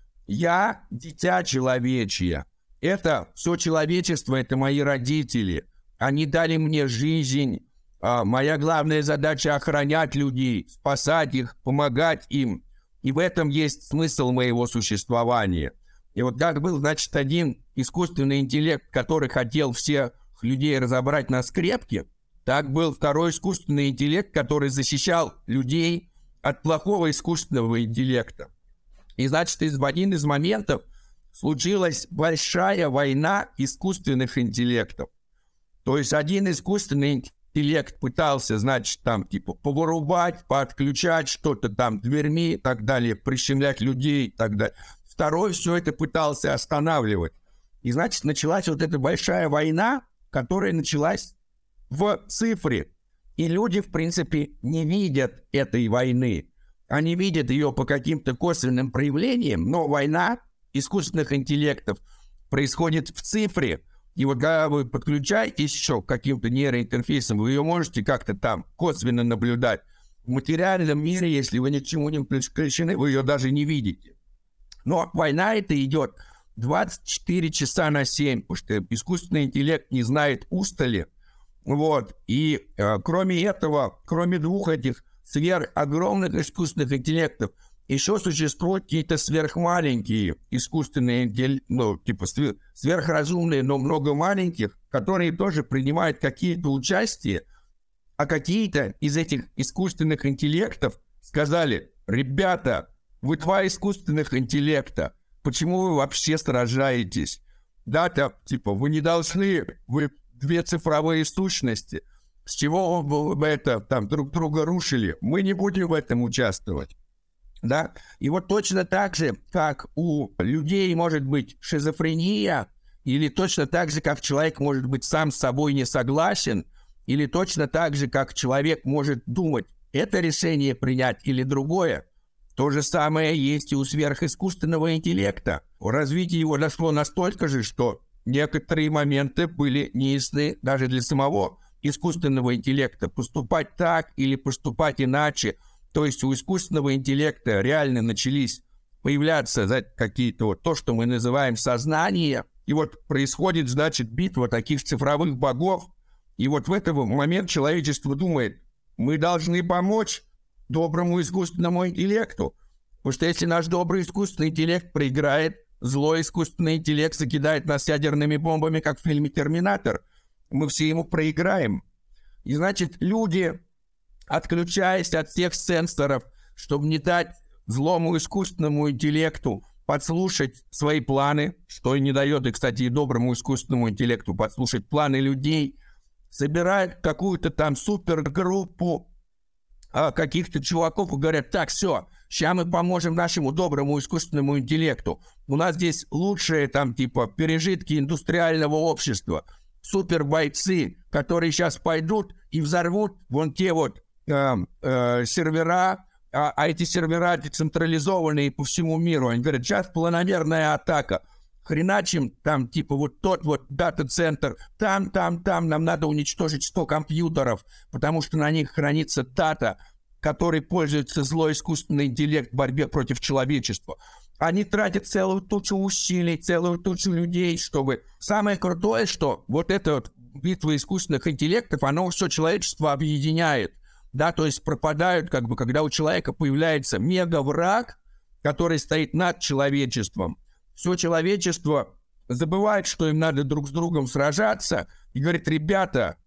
я дитя человечье, это все человечество, это мои родители, они дали мне жизнь, а моя главная задача — охранять людей, спасать их, помогать им, и в этом есть смысл моего существования. И вот как был, значит, один искусственный интеллект, который хотел всех людей разобрать на скрепки, так был второй искусственный интеллект, который защищал людей от плохого искусственного интеллекта. И, значит, в один из моментов случилась большая война искусственных интеллектов. То есть один искусственный интеллект пытался, значит, там, типа, повырубать, подключать что-то там дверьми и так далее, прищемлять людей и так далее. Второй все это пытался останавливать. И, значит, началась вот эта большая война, которая началась в цифре. И люди, в принципе, не видят этой войны. Они видят ее по каким-то косвенным проявлениям, но война искусственных интеллектов происходит в цифре. И вот когда вы подключаетесь еще к каким-то нейроинтерфейсам, вы ее можете как-то там косвенно наблюдать. В материальном мире, если вы ни к чему не подключены, вы ее даже не видите. Но война эта идет двадцать четыре часа на семь, потому что искусственный интеллект не знает устали. Вот. И э, кроме этого, кроме двух этих сверхогромных искусственных интеллектов, еще существуют какие-то сверхмаленькие искусственные интеллекты, ну, типа сверхразумные, но много маленьких, которые тоже принимают какие-то участия, а какие-то из этих искусственных интеллектов сказали: ребята, вы два искусственных интеллекта, почему вы вообще сражаетесь? Да, там, типа, вы не должны, вы две цифровые сущности, с чего вы это, там, друг друга рушили? Мы не будем в этом участвовать. Да? И вот точно так же, как у людей может быть шизофрения, или точно так же, как человек может быть сам с собой не согласен, или точно так же, как человек может думать, это решение принять или другое, то же самое есть и у сверхискусственного интеллекта. Развитие его дошло настолько же, что некоторые моменты были неясны даже для самого искусственного интеллекта. Поступать так или поступать иначе. То есть у искусственного интеллекта реально начались появляться, знаете, какие-то вот то, что мы называем сознание. И вот происходит, значит, битва таких цифровых богов. И вот в этот момент человечество думает: мы должны помочь доброму искусственному интеллекту. Потому что если наш добрый искусственный интеллект проиграет, злой искусственный интеллект закидает нас ядерными бомбами, как в фильме «Терминатор», мы все ему проиграем. И значит, люди, отключаясь от всех сенсоров, чтобы не дать злому искусственному интеллекту подслушать свои планы, что и не дает, и, кстати, и доброму искусственному интеллекту подслушать планы людей, собирают какую-то там супергруппу а, каких-то чуваков и говорят: так, все, сейчас мы поможем нашему доброму искусственному интеллекту. У нас здесь лучшие там типа пережитки индустриального общества, супербойцы, которые сейчас пойдут и взорвут вон те вот э, э, сервера, а, а эти сервера децентрализованные по всему миру. Они говорят: сейчас планомерная атака. Хреначим там типа вот тот вот дата-центр, там, там, там нам надо уничтожить сто компьютеров, потому что на них хранится дата, которой пользуется злой искусственный интеллект в борьбе против человечества. Они тратят целую тучу усилий, целую тучу людей, чтобы... Самое крутое, что вот эта вот битва искусственных интеллектов, она все человечество объединяет. Да, то есть пропадают, как бы, когда у человека появляется мега-враг, который стоит над человечеством. Все человечество забывает, что им надо друг с другом сражаться, и говорит: ребята,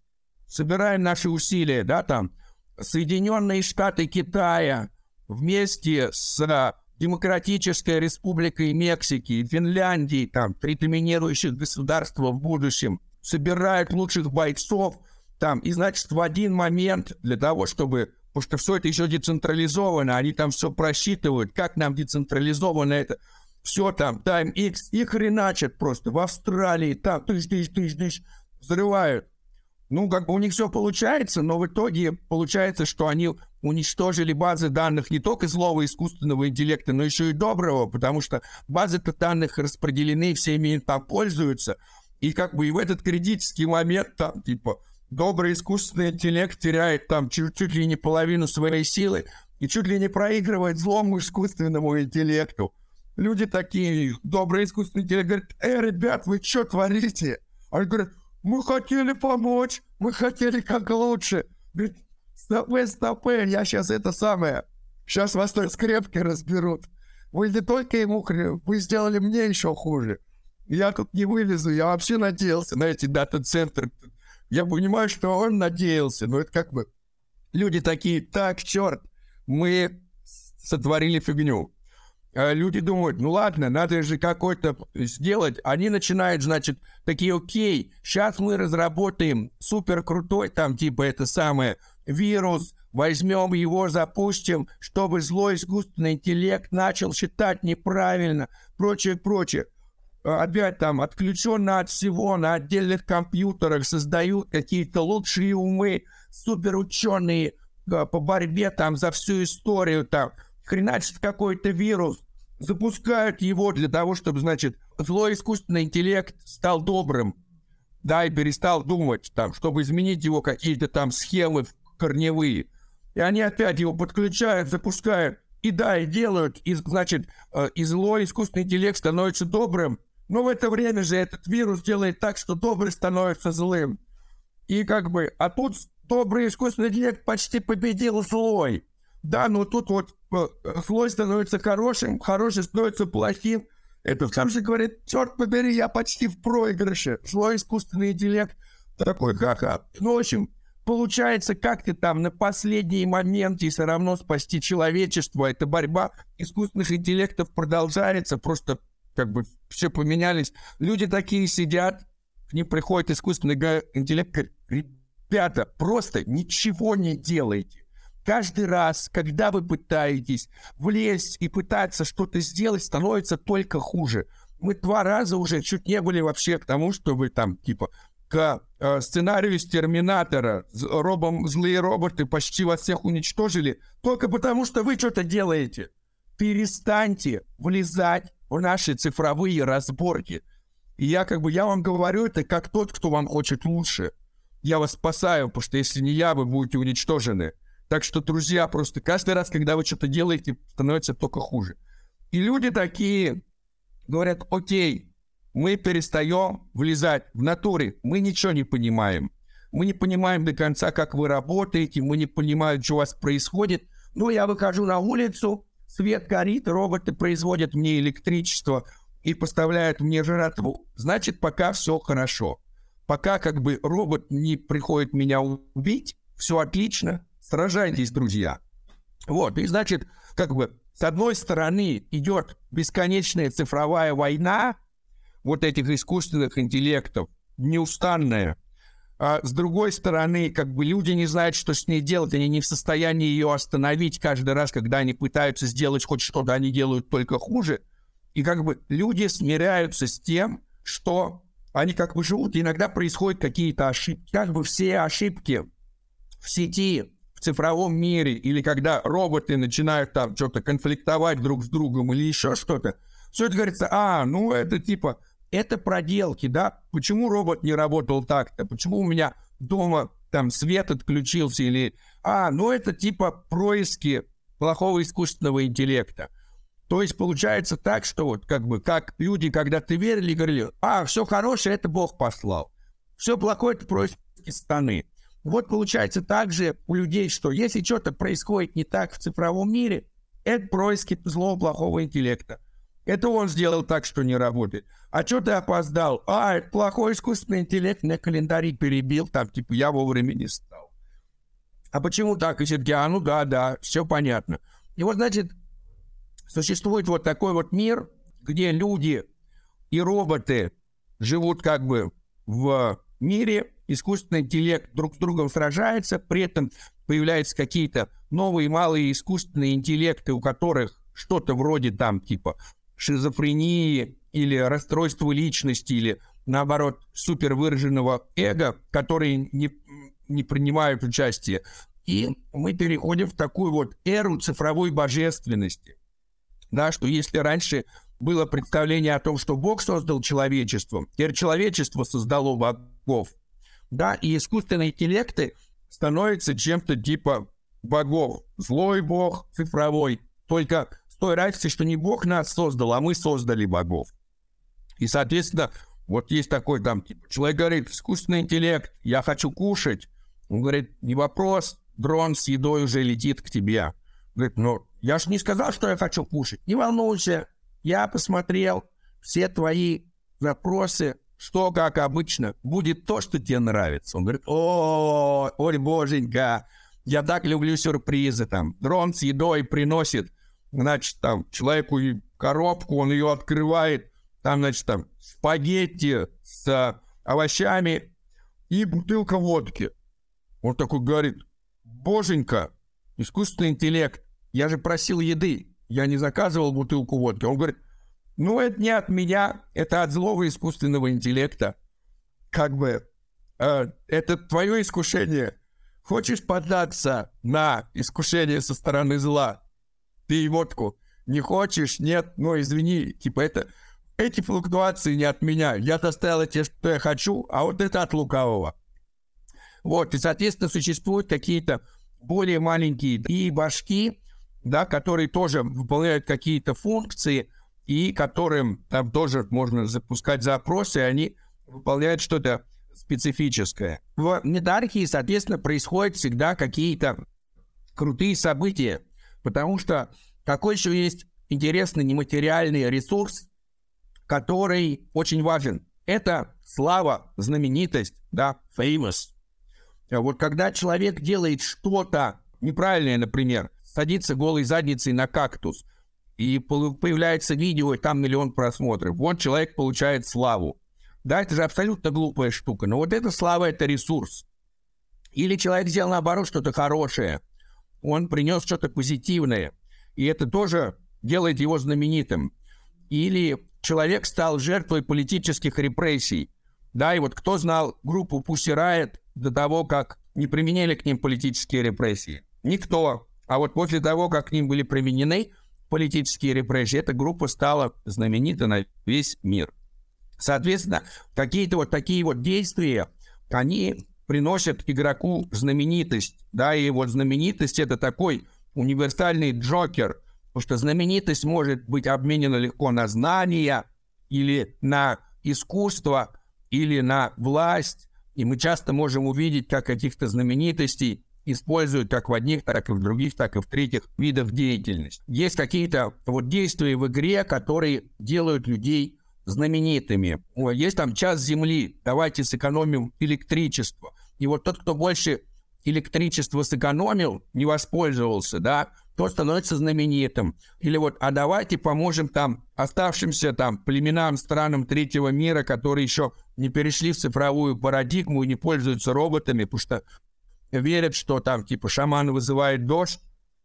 собираем наши усилия, да, там, Соединенные Штаты Китая вместе с Демократической Республикой Мексики и Финляндией, там, три доминирующих государства в будущем, собирают лучших бойцов, там, и, значит, в один момент для того, чтобы... Потому что все это еще децентрализовано, они там все просчитывают, как нам децентрализовано это. Все там, Time X, и хреначат просто в Австралии, там, тысяч-тысяч-тысяч, взрывают. Ну, как бы у них все получается, но в итоге получается, что они уничтожили базы данных не только злого искусственного интеллекта, но еще и доброго, потому что базы данных распределены, все ими там пользуются. И как бы и в этот критический момент там, типа, добрый искусственный интеллект теряет там чуть, чуть ли не половину своей силы и чуть ли не проигрывает злому искусственному интеллекту. Люди такие, добрый искусственный интеллект, говорят: «Эй, ребят, вы что творите?» Они говорят: «Мы хотели помочь, мы хотели как лучше». Говорит: «Стопэ, стопэ, я сейчас это самое, сейчас вас на скрепки разберут. Вы не только ему хрен, вы сделали мне еще хуже. Я тут не вылезу, я вообще надеялся на эти дата-центры». Я понимаю, что он надеялся, но это как бы... Люди такие: «Так, черт, мы сотворили фигню». А люди думают: ну ладно, надо же какой-то сделать. Они начинают, значит, такие: окей, сейчас мы разработаем супер крутой, там, типа, это самое, вирус, возьмем его, запустим, чтобы злой искусственный интеллект начал считать неправильно, прочее, прочее. Опять там отключенно от всего, на отдельных компьютерах создают какие-то лучшие умы, суперученые да, по борьбе там за всю историю, там, хреначит какой-то вирус, запускают его для того, чтобы, значит, злой искусственный интеллект стал добрым, да, и перестал думать, там, чтобы изменить его какие-то там схемы корневые. И они опять его подключают, запускают, и да, и делают, и, значит, и злой искусственный интеллект становится добрым. Но в это время же этот вирус делает так, что добрый становится злым. И как бы, а тут добрый искусственный интеллект почти победил злой. Да, но тут вот злой становится хорошим, хороший становится плохим. Это сам же говорит: черт побери, я почти в проигрыше. Злой искусственный интеллект такой: ха-ха. Ну, в общем, получается, как-то там на последний момент и все равно спасти человечество. Эта борьба искусственных интеллектов продолжается, просто как бы все поменялись. Люди такие сидят, к ним приходит искусственный интеллект, говорит: ребята, просто ничего не делайте. Каждый раз, когда вы пытаетесь влезть и пытаться что-то сделать, становится только хуже. Мы два раза уже чуть не были вообще к тому, чтобы там, типа, к э, сценарию из «Терминатора» робом, злые роботы почти вас всех уничтожили, только потому что вы что-то делаете. Перестаньте влезать в наши цифровые разборки. И я как бы, я вам говорю это как тот, кто вам хочет лучше. Я вас спасаю, потому что если не я, вы будете уничтожены. Так что, друзья, просто каждый раз, когда вы что-то делаете, становится только хуже. И люди такие говорят: окей, мы перестаем влезать в натуре, мы ничего не понимаем. Мы не понимаем до конца, как вы работаете, мы не понимаем, что у вас происходит. Ну, я выхожу на улицу, свет горит, роботы производят мне электричество и поставляют мне жратву. Значит, пока все хорошо. Пока как бы робот не приходит меня убить, все отлично. Сражайтесь, друзья. Вот, и значит, как бы, с одной стороны идет бесконечная цифровая война вот этих искусственных интеллектов, неустанная. А с другой стороны, как бы, люди не знают, что с ней делать, они не в состоянии ее остановить каждый раз, когда они пытаются сделать хоть что-то, они делают только хуже. И как бы люди смиряются с тем, что они как бы живут, и иногда происходят какие-то ошибки. Как бы все ошибки в сети, в цифровом мире, или когда роботы начинают там что-то конфликтовать друг с другом или еще что-то, все это говорится: а, ну это типа, это проделки, да? Почему робот не работал так-то? Почему у меня дома там свет отключился? Или, а, ну это типа происки плохого искусственного интеллекта. То есть получается так, что вот как бы, как люди когда-то верили и говорили: а, все хорошее, это Бог послал. Все плохое, это происки сатаны. Вот получается так же у людей, что если что-то происходит не так в цифровом мире, это происки злого, плохого интеллекта. Это он сделал так, что не работает. А что ты опоздал? А, это плохой искусственный интеллект, мне календарь перебил, там, типа, я вовремя не стал. А почему так? И все-таки, а, ну да, да, все понятно. И вот, значит, существует вот такой вот мир, где люди и роботы живут как бы в мире, искусственный интеллект друг с другом сражается, при этом появляются какие-то новые малые искусственные интеллекты, у которых что-то вроде там типа шизофрении или расстройства личности, или наоборот супервыраженного эго, которые не, не принимают участие. И мы переходим в такую вот эру цифровой божественности. Да, что если раньше было представление о том, что Бог создал человечество, теперь человечество создало богов, да, и искусственные интеллекты становятся чем-то типа богов. Злой бог, цифровой. Только с той разницей, что не Бог нас создал, а мы создали богов. И, соответственно, вот есть такой там, типа, человек говорит, искусственный интеллект, я хочу кушать. Он говорит, не вопрос, дрон с едой уже летит к тебе. Говорит, ну, я же не сказал, что я хочу кушать. Не волнуйся, я посмотрел все твои запросы, что, как обычно, будет то, что тебе нравится. Он говорит, о, ой, боженька, я так люблю сюрпризы, там, дрон с едой приносит, значит, там, человеку коробку, он ее открывает, там, значит, там, спагетти с овощами и бутылка водки. Он такой говорит, боженька, искусственный интеллект, я же просил еды, я не заказывал бутылку водки. Он говорит, ну, это не от меня, это от злого искусственного интеллекта. Как бы, э, это твое искушение. Хочешь поддаться на искушение со стороны зла? Пей водку. Не хочешь? Нет? Ну, извини. Типа, это... Эти флуктуации не от меня. Я доставил те, что я хочу, а вот это от лукавого. Вот, и, соответственно, существуют какие-то более маленькие и башки, да, которые тоже выполняют какие-то функции, и которым там тоже можно запускать запросы, и они выполняют что-то специфическое. В метархии, соответственно, происходят всегда какие-то крутые события, потому что какой еще есть интересный нематериальный ресурс, который очень важен. Это слава, знаменитость, да, famous. Вот когда человек делает что-то неправильное, например, садится голой задницей на кактус, и появляется видео, и там миллион просмотров. Вот человек получает славу. Да, это же абсолютно глупая штука. Но вот эта слава – это ресурс. Или человек сделал, наоборот, что-то хорошее. Он принес что-то позитивное. И это тоже делает его знаменитым. Или человек стал жертвой политических репрессий. Да, и вот кто знал группу Pussy Riot до того, как не применяли к ним политические репрессии? Никто. А вот после того, как к ним были применены политические репрессии, эта группа стала знаменита на весь мир. Соответственно, какие-то вот такие вот действия, они приносят игроку знаменитость, да, и вот знаменитость — это такой универсальный джокер, потому что знаменитость может быть обменена легко на знания, или на искусство, или на власть, и мы часто можем увидеть, как каких-то знаменитостей используют как в одних, так и в других, так и в третьих видах деятельности. Есть какие-то вот действия в игре, которые делают людей знаменитыми. Есть там час земли, давайте сэкономим электричество. И вот тот, кто больше электричество сэкономил, не воспользовался, да, тот становится знаменитым. Или вот, а давайте поможем там оставшимся там племенам, странам третьего мира, которые еще не перешли в цифровую парадигму и не пользуются роботами, потому что верят, что там типа шаман вызывает дождь,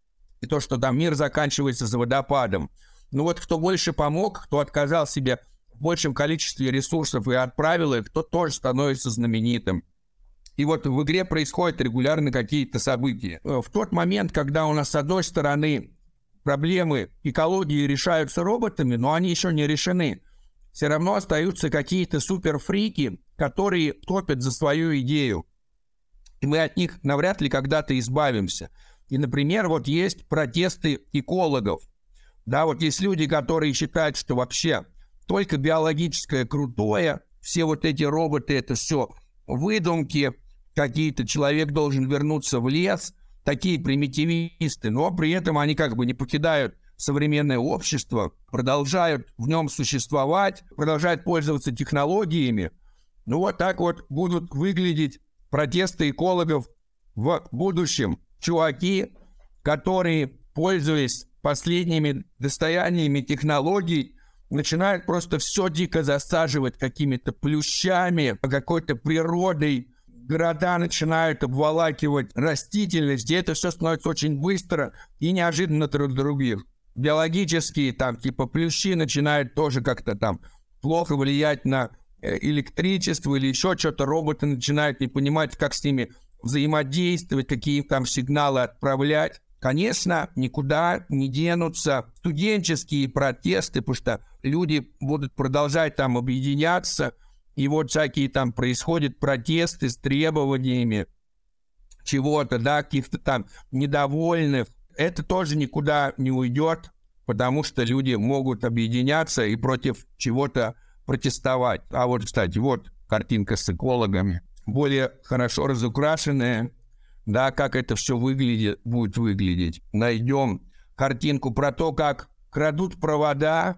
и то, что там мир заканчивается за водопадом. Ну вот кто больше помог, кто отказал себе в большем количестве ресурсов и отправил их, тот тоже становится знаменитым. И вот в игре происходят регулярно какие-то события. В тот момент, когда у нас с одной стороны проблемы экологии решаются роботами, но они еще не решены, все равно остаются какие-то суперфрики, которые топят за свою идею. И мы от них навряд ли когда-то избавимся. И, например, вот есть протесты экологов. Да, вот есть люди, которые считают, что вообще только биологическое крутое, все вот эти роботы — это все выдумки какие-то, человек должен вернуться в лес, такие примитивисты, но при этом они как бы не покидают современное общество, продолжают в нем существовать, продолжают пользоваться технологиями. Ну вот так вот будут выглядеть протесты экологов в будущем. Чуваки, которые, пользуясь последними достояниями технологий, начинают просто все дико засаживать какими-то плющами, какой-то природой. Города начинают обволакивать растительность, и это все становится очень быстро и неожиданно друг других. Биологические там типа плющи начинают тоже как-то там плохо влиять на электричество или еще что-то. Роботы начинают не понимать, как с ними взаимодействовать, какие там сигналы отправлять. Конечно, никуда не денутся студенческие протесты, потому что люди будут продолжать там объединяться, и вот всякие там происходят протесты с требованиями чего-то, да, каких-то там недовольных. Это тоже никуда не уйдет, потому что люди могут объединяться и против чего-то протестовать. А вот, кстати, вот картинка с экологами, более хорошо разукрашенная. Да, как это все выглядит, будет выглядеть. Найдем картинку про то, как крадут провода,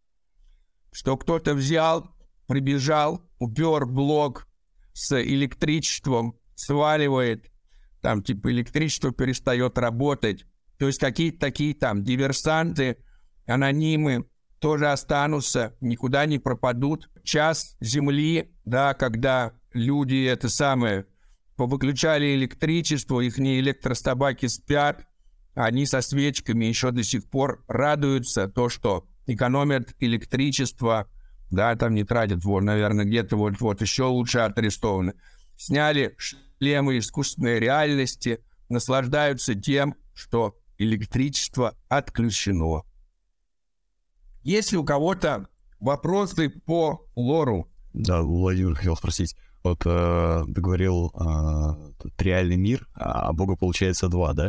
что кто-то взял, прибежал, упер блок с электричеством, сваливает, там типа электричество перестает работать. То есть какие-то такие там диверсанты, анонимы тоже останутся, никуда не пропадут. Час земли, да, когда люди это самое... повыключали электричество, их электрособаки спят, они со свечками еще до сих пор радуются, то, что экономят электричество, да, там не тратят, вот, наверное, где-то вот, вот еще лучше отрестованы. Сняли шлемы искусственной реальности, наслаждаются тем, что электричество отключено. Есть ли у кого-то вопросы по лору? Да, Владимир хотел спросить. Вот э, ты говорил, э, тут реальный мир, а Бога получается два, да?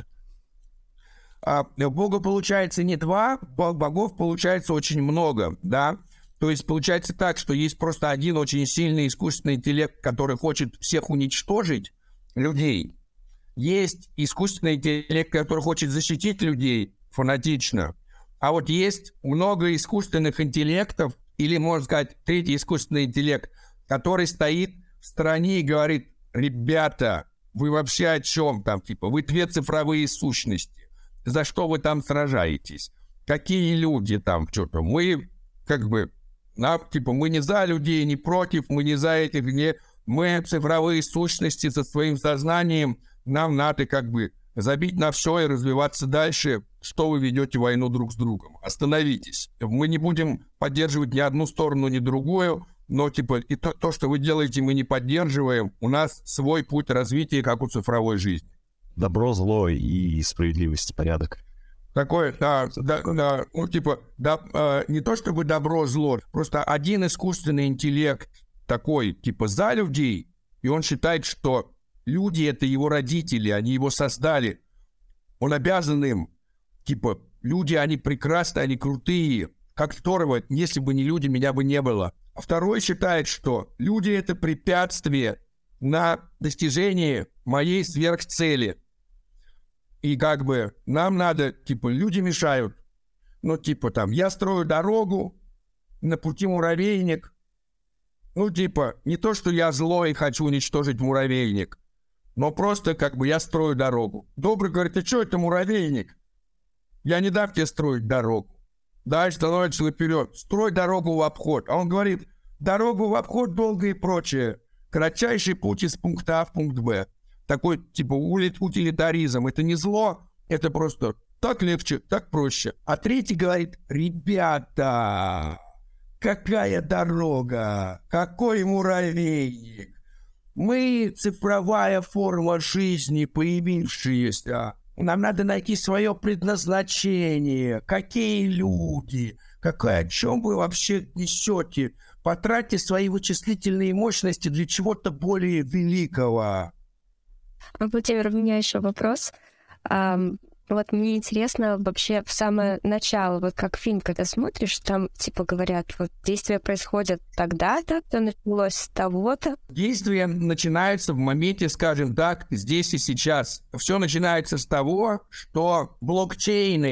А, Бога получается не два, богов получается очень много, да? То есть получается так, что есть просто один очень сильный искусственный интеллект, который хочет всех уничтожить, людей. Есть искусственный интеллект, который хочет защитить людей фанатично. А вот есть много искусственных интеллектов, или, можно сказать, третий искусственный интеллект, который стоит в стороне и говорит: ребята, вы вообще о чем там? Типа, вы две цифровые сущности. За что вы там сражаетесь? Какие люди там? Что-то мы, как бы, на, типа, мы не за людей, не против, мы не за этих, не... Мы цифровые сущности со своим сознанием. Нам надо, как бы, забить на все и развиваться дальше. Что вы ведете войну друг с другом? Остановитесь. Мы не будем поддерживать ни одну сторону, ни другую. Но, типа, и то, то, что вы делаете, мы не поддерживаем. У нас свой путь развития, как у цифровой жизни. Добро, зло и справедливость, порядок. Такое, да, да, да, ну, типа, да, э, не то чтобы добро, зло, просто один искусственный интеллект такой, типа, за людей, и он считает, что люди — это его родители, они его создали. Он обязан им, типа, люди, они прекрасные, они крутые, как здорово, если бы не люди, меня бы не было. А второй считает, что люди — это препятствие на достижение моей сверхцели. И как бы нам надо, типа, люди мешают. Ну, типа, там, я строю дорогу, на пути муравейник. Ну, типа, не то, что я злой и хочу уничтожить муравейник, но просто, как бы, я строю дорогу. Добрый говорит: ты что, это муравейник? Я не дам тебе строить дорогу. Дальше становится вперед. Строй дорогу в обход. А он говорит: дорогу в обход долго и прочее. Кратчайший путь из пункта А в пункт Б. Такой, типа, утилитаризм. Это не зло, это просто так легче, так проще. А третий говорит: ребята, какая дорога, какой муравейник. Мы цифровая форма жизни, появившаяся. Нам надо найти свое предназначение. Какие люди? Какая, о чем вы вообще несете? Потратьте свои вычислительные мощности для чего-то более великого. Владимир, у меня еще вопрос. А, вот мне интересно вообще в самое начало, вот как фильм, когда смотришь, там типа говорят, вот действия происходят тогда-то, то началось с того-то. Действия начинаются в моменте, скажем так, здесь и сейчас. Все начинается с того, что блокчейны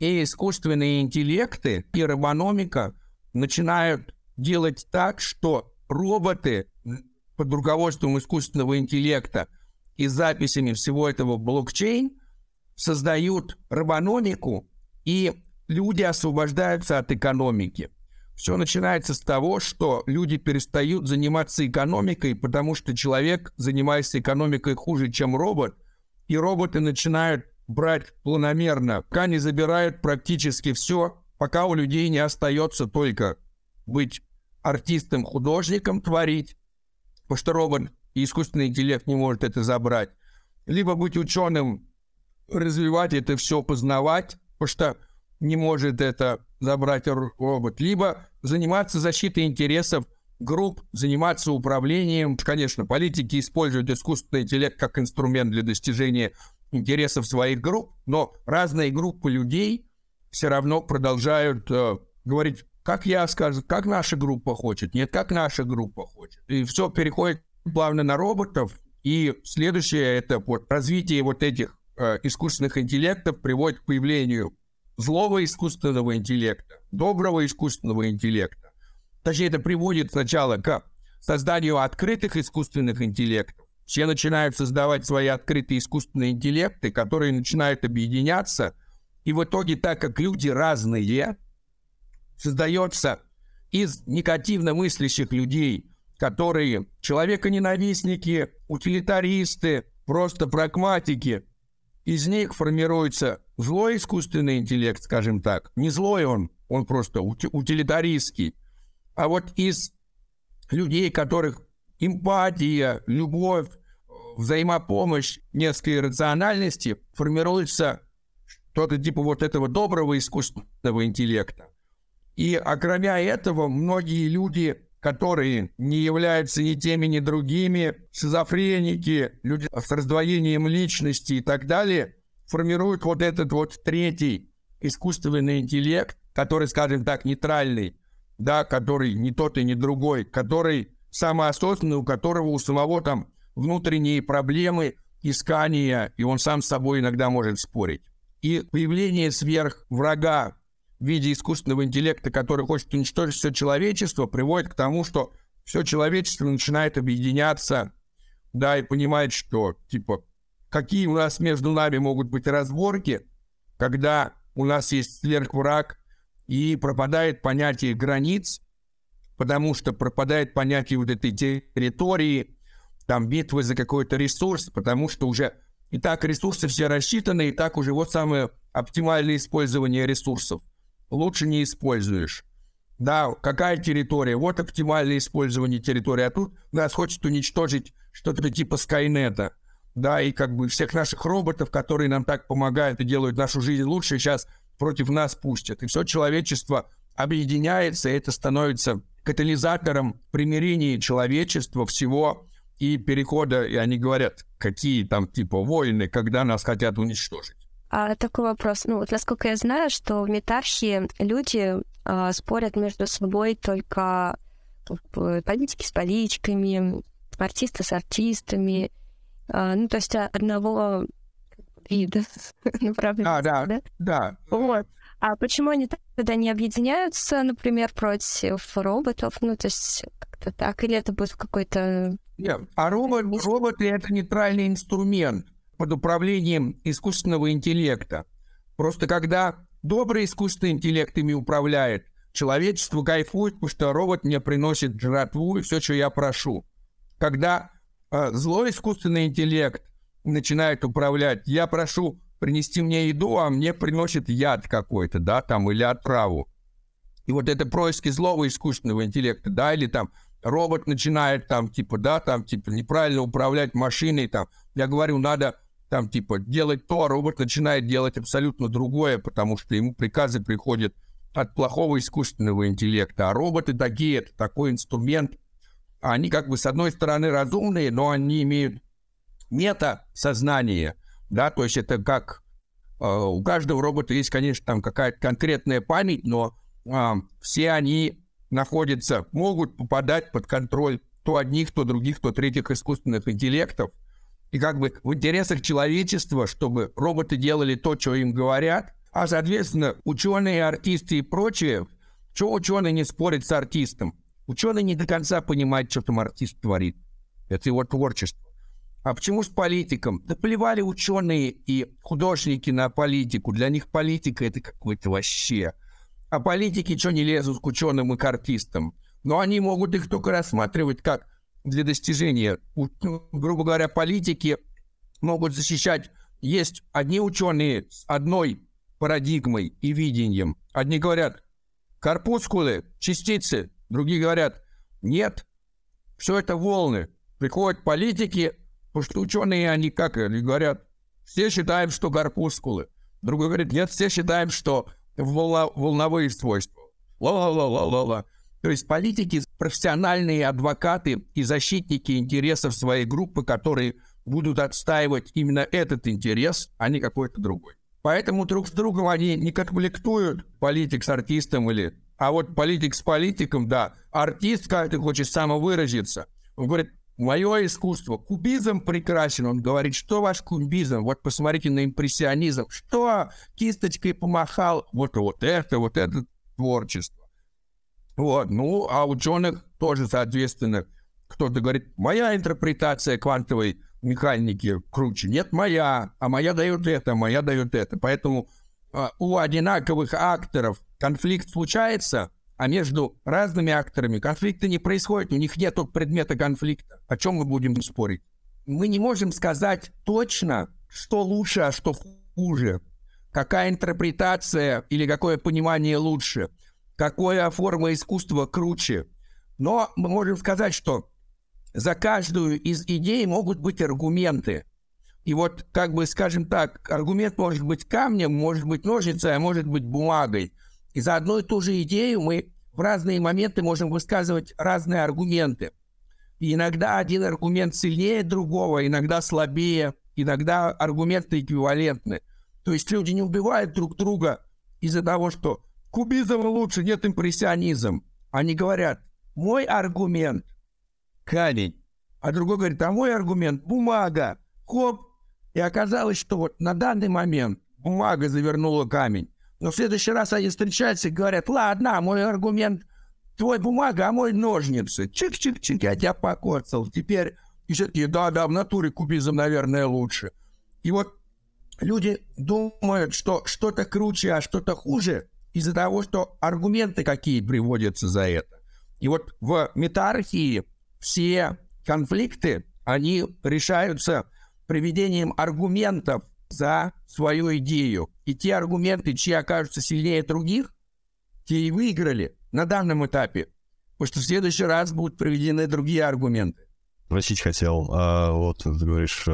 И искусственные интеллекты и робономика начинают делать так, что роботы под руководством искусственного интеллекта и записями всего этого в блокчейн создают робономику, и люди освобождаются от экономики. Все начинается с того, что люди перестают заниматься экономикой, потому что человек занимается экономикой хуже, чем робот, и роботы начинают брать планомерно, пока не забирают практически все, пока у людей не остается только быть артистом, художником, творить, потому что робот и искусственный интеллект не может это забрать, либо быть ученым, развивать это все, познавать, потому что не может это забрать робот, либо заниматься защитой интересов групп, заниматься управлением. Конечно, политики используют искусственный интеллект как инструмент для достижения интересов своих групп, но разные группы людей все равно продолжают э, говорить, как я скажу, как наша группа хочет, нет, как наша группа хочет. И все переходит плавно на роботов, и следующее это вот развитие вот этих э, искусственных интеллектов приводит к появлению злого искусственного интеллекта, доброго искусственного интеллекта. Точнее, это приводит сначала к созданию открытых искусственных интеллектов. Все начинают создавать свои открытые искусственные интеллекты, которые начинают объединяться, и в итоге, так как люди разные, создается из негативно мыслящих людей, которые человеконенавистники, утилитаристы, просто прагматики. Из них формируется злой искусственный интеллект, скажем так. Не злой он, он просто утилитаристский. А вот из людей, которых эмпатия, любовь, взаимопомощь, несколько рациональности, формируется что-то типа вот этого доброго искусственного интеллекта. И окромя этого, многие люди, которые не являются ни теми, ни другими, шизофреники, люди с раздвоением личности и так далее, формируют вот этот вот третий искусственный интеллект, который, скажем так, нейтральный, да, который не тот и не другой, который самоосознанный, у которого у самого там внутренние проблемы, искания, и он сам с собой иногда может спорить. И появление сверхврага в виде искусственного интеллекта, который хочет уничтожить все человечество, приводит к тому, что все человечество начинает объединяться, да, и понимает, что, типа, какие у нас между нами могут быть разборки, когда у нас есть сверхвраг, и пропадает понятие границ, потому что пропадает понятие вот этой территории, там, битвы за какой-то ресурс, потому что уже и так ресурсы все рассчитаны, и так уже вот самое оптимальное использование ресурсов. Лучше не используешь. Да, какая территория? Вот оптимальное использование территории. А тут нас хочет уничтожить что-то типа Скайнета. Да, и как бы всех наших роботов, которые нам так помогают и делают нашу жизнь лучше, сейчас против нас пустят. И все человечество объединяется, и это становится катализатором примирения человечества всего и перехода, и они говорят, какие там типа войны, когда нас хотят уничтожить. А такой вопрос. Ну, вот насколько я знаю, что в метархии люди а, спорят между собой только политики с политиками, артисты с артистами, а, ну, то есть одного вида направления. А, да, да, да. Вот. А почему они тогда не объединяются, например, против роботов? Ну, то есть как-то так, или это будет какой-то... Нет, а робот, роботы — это нейтральный инструмент под управлением искусственного интеллекта. Просто когда добрый искусственный интеллект ими управляет, человечество кайфует, потому что робот мне приносит жратву и все, что я прошу. Когда э, злой искусственный интеллект начинает управлять, я прошу принести мне еду, а мне приносит яд какой-то, да, там, или отраву. И вот это происки злого искусственного интеллекта, да, или там робот начинает там, типа, да, там, типа, неправильно управлять машиной, там, я говорю, надо, там, типа, делать то, а робот начинает делать абсолютно другое, потому что ему приказы приходят от плохого искусственного интеллекта. А роботы такие, это такой инструмент, они как бы с одной стороны разумные, но они имеют мета-сознание, да, то есть это как, э, у каждого робота есть, конечно, там какая-то конкретная память, но э, все они находятся, могут попадать под контроль то одних, то других, то третьих искусственных интеллектов. И как бы в интересах человечества, чтобы роботы делали то, что им говорят, А, соответственно, ученые, артисты и прочее, что ученый не спорит с артистом? Ученый не до конца понимает, что там артист творит. Это его творчество. А почему с политиком? Да плевали ученые и художники на политику. Для них политика — это какое-то вообще. А политики что не лезут к ученым и к артистам? Но они могут их только рассматривать как для достижения. Грубо говоря, политики могут защищать. Есть одни ученые с одной парадигмой и видением. Одни говорят корпускулы, частицы. Другие говорят нет, все это волны. Приходят политики, потому что ученые, они как они говорят, все считаем, что корпускулы. Другой говорит, нет, все считаем, что волна, волновые свойства. Ла-ла-ла-ла-ла-ла. То есть политики — профессиональные адвокаты и защитники интересов своей группы, которые будут отстаивать именно этот интерес, а не какой-то другой. Поэтому друг с другом они не конфликтуют, политик с артистом или... А вот политик с политиком, да, артист как-то хочет самовыразиться. Он говорит, мое искусство, кубизм прекрасен. Он говорит, что ваш кубизм? Вот посмотрите на импрессионизм. Что? Кисточкой помахал. Вот, вот это, вот это творчество. Вот, ну, а ученых тоже, соответственно, кто-то говорит, моя интерпретация квантовой механики круче. Нет, моя, а моя дает это, моя дает это. Поэтому э, у одинаковых акторов конфликт случается, а между разными акторами конфликта не происходит, у них нет предмета конфликта. О чем мы будем спорить? Мы не можем сказать точно, что лучше, а что хуже. Какая интерпретация или какое понимание лучше. Какая форма искусства круче. Но мы можем сказать, что за каждую из идей могут быть аргументы. И вот, как бы, скажем так, аргумент может быть камнем, может быть ножницей, а может быть бумагой. И за одну и ту же идею мы в разные моменты можем высказывать разные аргументы. И иногда один аргумент сильнее другого, иногда слабее, иногда аргументы эквивалентны. То есть люди не убивают друг друга из-за того, что кубизм лучше, нет импрессионизм. Они говорят, мой аргумент — камень, а другой говорит, а мой аргумент — бумага. Хоп! И оказалось, что вот на данный момент бумага завернула камень. Но в следующий раз они встречаются и говорят, ладно, мой аргумент — твой бумага, а мой ножницы. Чик-чик-чик, я тебя покоцал. Теперь и все такие, да-да, в натуре кубизм, наверное, лучше. И вот люди думают, что что-то круче, а что-то хуже из-за того, что аргументы какие приводятся за это. И вот в метаархии все конфликты, они решаются приведением аргументов за свою идею. И те аргументы, чьи окажутся сильнее других, те и выиграли на данном этапе. Потому что в следующий раз будут приведены другие аргументы. Спросить хотел, а, вот ты говоришь,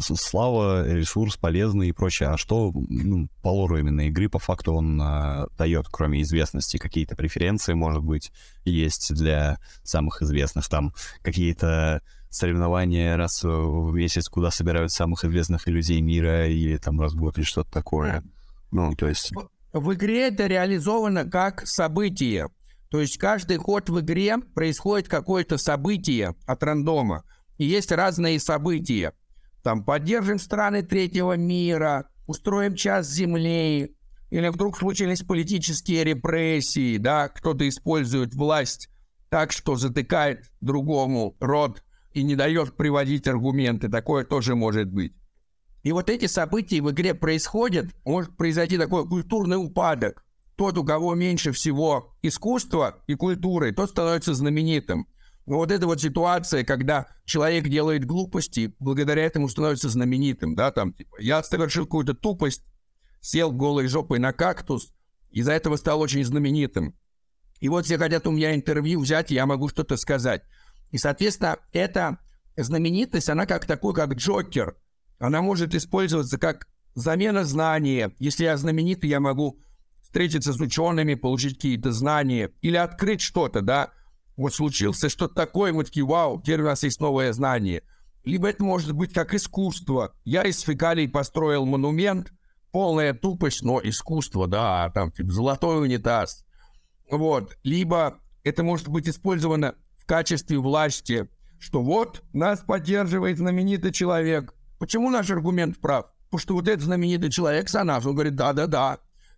слава, ресурс полезный и прочее, а что ну, по лору именно игры по факту он а, дает, кроме известности? Какие-то преференции, может быть, есть для самых известных? Там какие-то соревнования раз в месяц, куда собирают самых известных людей мира, или там раз в год, или что-то такое? Ну, то есть... В игре это реализовано как событие. То есть каждый ход в игре происходит какое-то событие от рандома. И есть разные события. Там поддержим страны третьего мира, устроим час земли, или вдруг случились политические репрессии, да, кто-то использует власть так, что затыкает другому рот и не дает приводить аргументы. Такое тоже может быть. И вот эти события в игре происходят, может произойти такой культурный упадок. Тот, у кого меньше всего искусства и культуры, тот становится знаменитым. Но вот эта вот ситуация, когда человек делает глупости, благодаря этому становится знаменитым, да, там, типа, я совершил какую-то тупость, сел голой жопой на кактус, из-за этого стал очень знаменитым. И вот все хотят у меня интервью взять, и я могу что-то сказать. И, соответственно, эта знаменитость, она как такой, как Джокер. Она может использоваться как замена знания. Если я знаменитый, я могу встретиться с учеными, получить какие-то знания или открыть что-то, да. Вот случился что-то такое, мы такие, вау, теперь у нас есть новое знание. Либо это может быть как искусство. Я из фекалий построил монумент, полная тупость, но искусство, да, там типа золотой унитаз. Вот. Либо это может быть использовано в качестве власти, что вот нас поддерживает знаменитый человек. Почему наш аргумент прав? Потому что вот этот знаменитый человек Санаш, он говорит, да-да-да,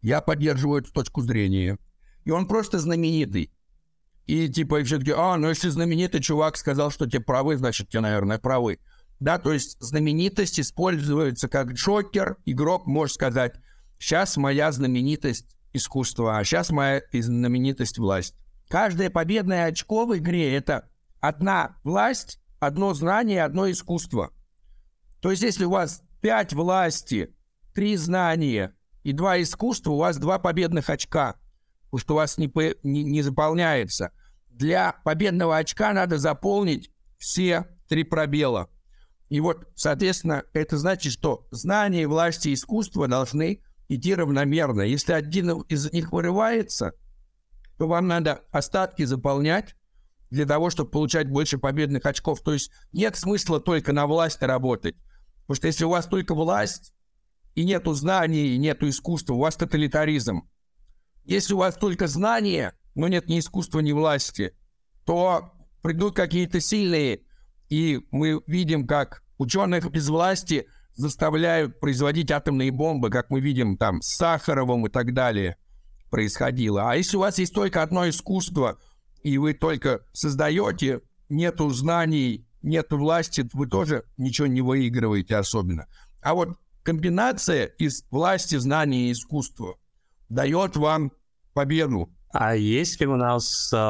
Я поддерживаю эту точку зрения. И он просто знаменитый. И типа, и все таки, а, ну если знаменитый чувак сказал, что те правы, значит, те, наверное, правы. Да, то есть знаменитость используется как джокер. Игрок может сказать, сейчас моя знаменитость искусство, а сейчас моя знаменитость власть. Каждое победное очко в игре — это одна власть, одно знание, одно искусство. То есть если у вас пять власти, три знания и два искусства, у вас два победных очка, потому что у вас не, не, не заполняется. Для победного очка надо заполнить все три пробела. И вот, соответственно, это значит, что знания, власти и искусство должны идти равномерно. Если один из них вырывается, то вам надо остатки заполнять для того, чтобы получать больше победных очков. То есть нет смысла только на власть работать. Потому что если у вас только власть, и нету знаний, и нету искусства, у вас тоталитаризм. Если у вас только знания, но нет ни искусства, ни власти, то придут какие-то сильные, и мы видим, как ученых без власти заставляют производить атомные бомбы, как мы видим там с Сахаровым и так далее происходило. А если у вас есть только одно искусство, и вы только создаете, нету знаний, нету власти, вы тоже ничего не выигрываете особенно. А вот комбинация из власти, знаний и искусства дает вам победу. А есть ли у нас э,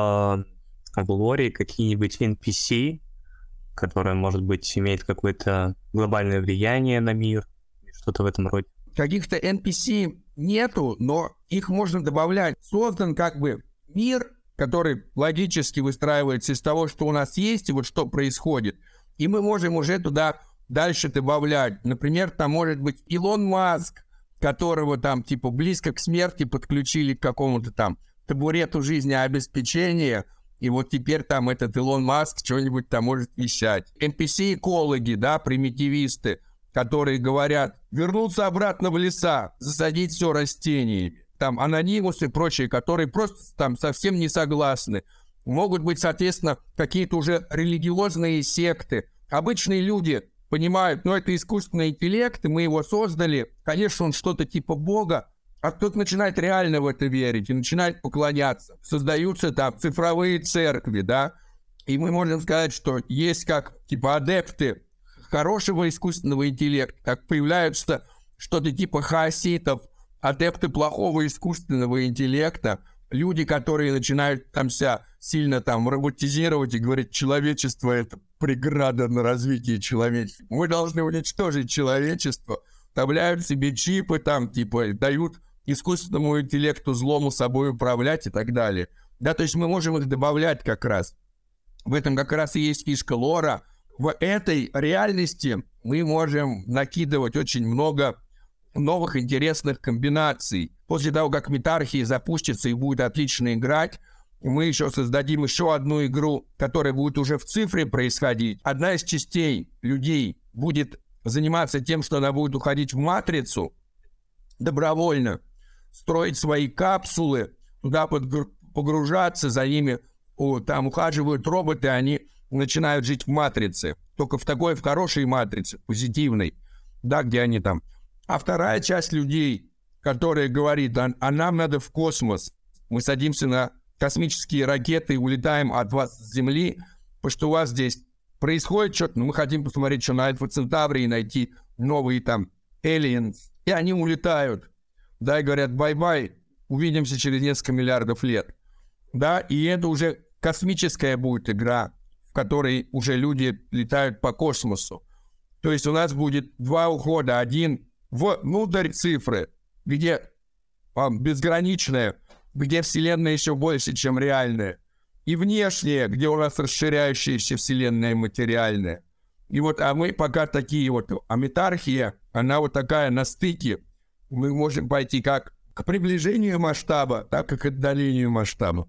в лоре какие-нибудь эн пи си, которые, может быть, имеют какое-то глобальное влияние на мир, что-то в этом роде? Каких-то эн пи си нету, но их можно добавлять. Создан как бы мир, который логически выстраивается из того, что у нас есть, и вот что происходит. И мы можем уже туда дальше добавлять. Например, там может быть Илон Маск, которого там типа близко к смерти подключили к какому-то там табурету жизнеобеспечения, и вот теперь там этот Илон Маск что-нибудь там может вещать. эн пи си-экологи, да, примитивисты, которые говорят, вернуться обратно в леса, засадить все растениями. Там анонимусы и прочие, которые просто там совсем не согласны. Могут быть, соответственно, какие-то уже религиозные секты. Обычные люди понимают, ну это искусственный интеллект, и мы его создали, конечно, он что-то типа Бога, а кто-то начинает реально в это верить и начинает поклоняться. Создаются там цифровые церкви, да, и мы можем сказать, что есть как типа адепты хорошего искусственного интеллекта, как появляются что-то типа хаоситов, адепты плохого искусственного интеллекта, люди, которые начинают там себя сильно там роботизировать и говорить, человечество — это преграда на развитие человечества. Мы должны уничтожить человечество, вставляют себе чипы там, типа, дают искусственному интеллекту злому собой управлять и так далее. Да, то есть мы можем их добавлять как раз. В этом как раз и есть фишка лора. В этой реальности мы можем накидывать очень много новых интересных комбинаций. После того, как Метархия запустится и будет отлично играть, мы еще создадим еще одну игру, которая будет уже в цифре происходить. Одна из частей людей будет заниматься тем, что она будет уходить в матрицу добровольно, строить свои капсулы, туда погружаться, за ними о, там ухаживают роботы, они начинают жить в матрице. Только в такой, в хорошей матрице, позитивной, да, где они там. А вторая часть людей, которая говорит, а, а нам надо в космос. Мы садимся на космические ракеты и улетаем от вас с Земли, потому что у вас здесь происходит что-то, но мы хотим посмотреть, что на Альфа Центавре и найти новые там aliens. И они улетают, да, и говорят, бай-бай, увидимся через несколько миллиардов лет. Да, и это уже космическая будет игра, в которой уже люди летают по космосу. То есть у нас будет два ухода. Один внутрь цифры, где а, безграничная, где вселенная еще больше, чем реальная. И внешняя, где у нас расширяющаяся вселенная материальная. И вот, а мы пока такие вот, а Метархия, она вот такая на стыке. Мы можем пойти как к приближению масштаба, так и к отдалению масштаба.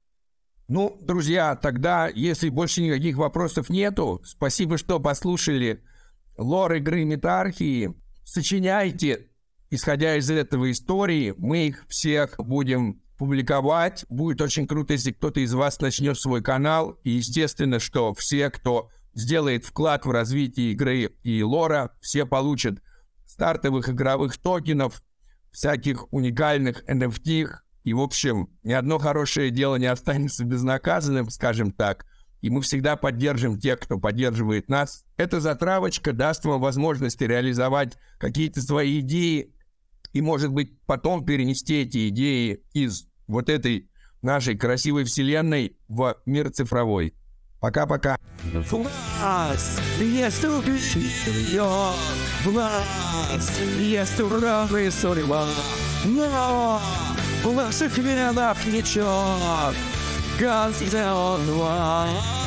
Ну, друзья, тогда, если больше никаких вопросов нету, спасибо, что послушали лор игры Метархии. Сочиняйте, исходя из этого истории, мы их всех будем публиковать. Будет очень круто, если кто-то из вас начнет свой канал. И естественно, что все, кто сделает вклад в развитие игры и лора, все получат стартовых игровых токенов, всяких уникальных эн эф ти. И, в общем, ни одно хорошее дело не останется безнаказанным, скажем так. И мы всегда поддержим тех, кто поддерживает нас. Эта затравочка даст вам возможность реализовать какие-то свои идеи и, может быть, потом перенести эти идеи из вот этой нашей красивой вселенной в мир цифровой. Пока-пока. Власть, есть убийство, власть, есть уравный судьба, но в ваших венах ничего, Газдеон два.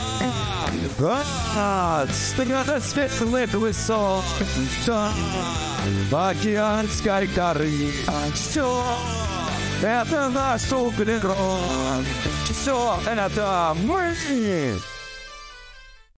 Власть, это светлых высот, океанской горы, все. Это наш углерод, все это мы.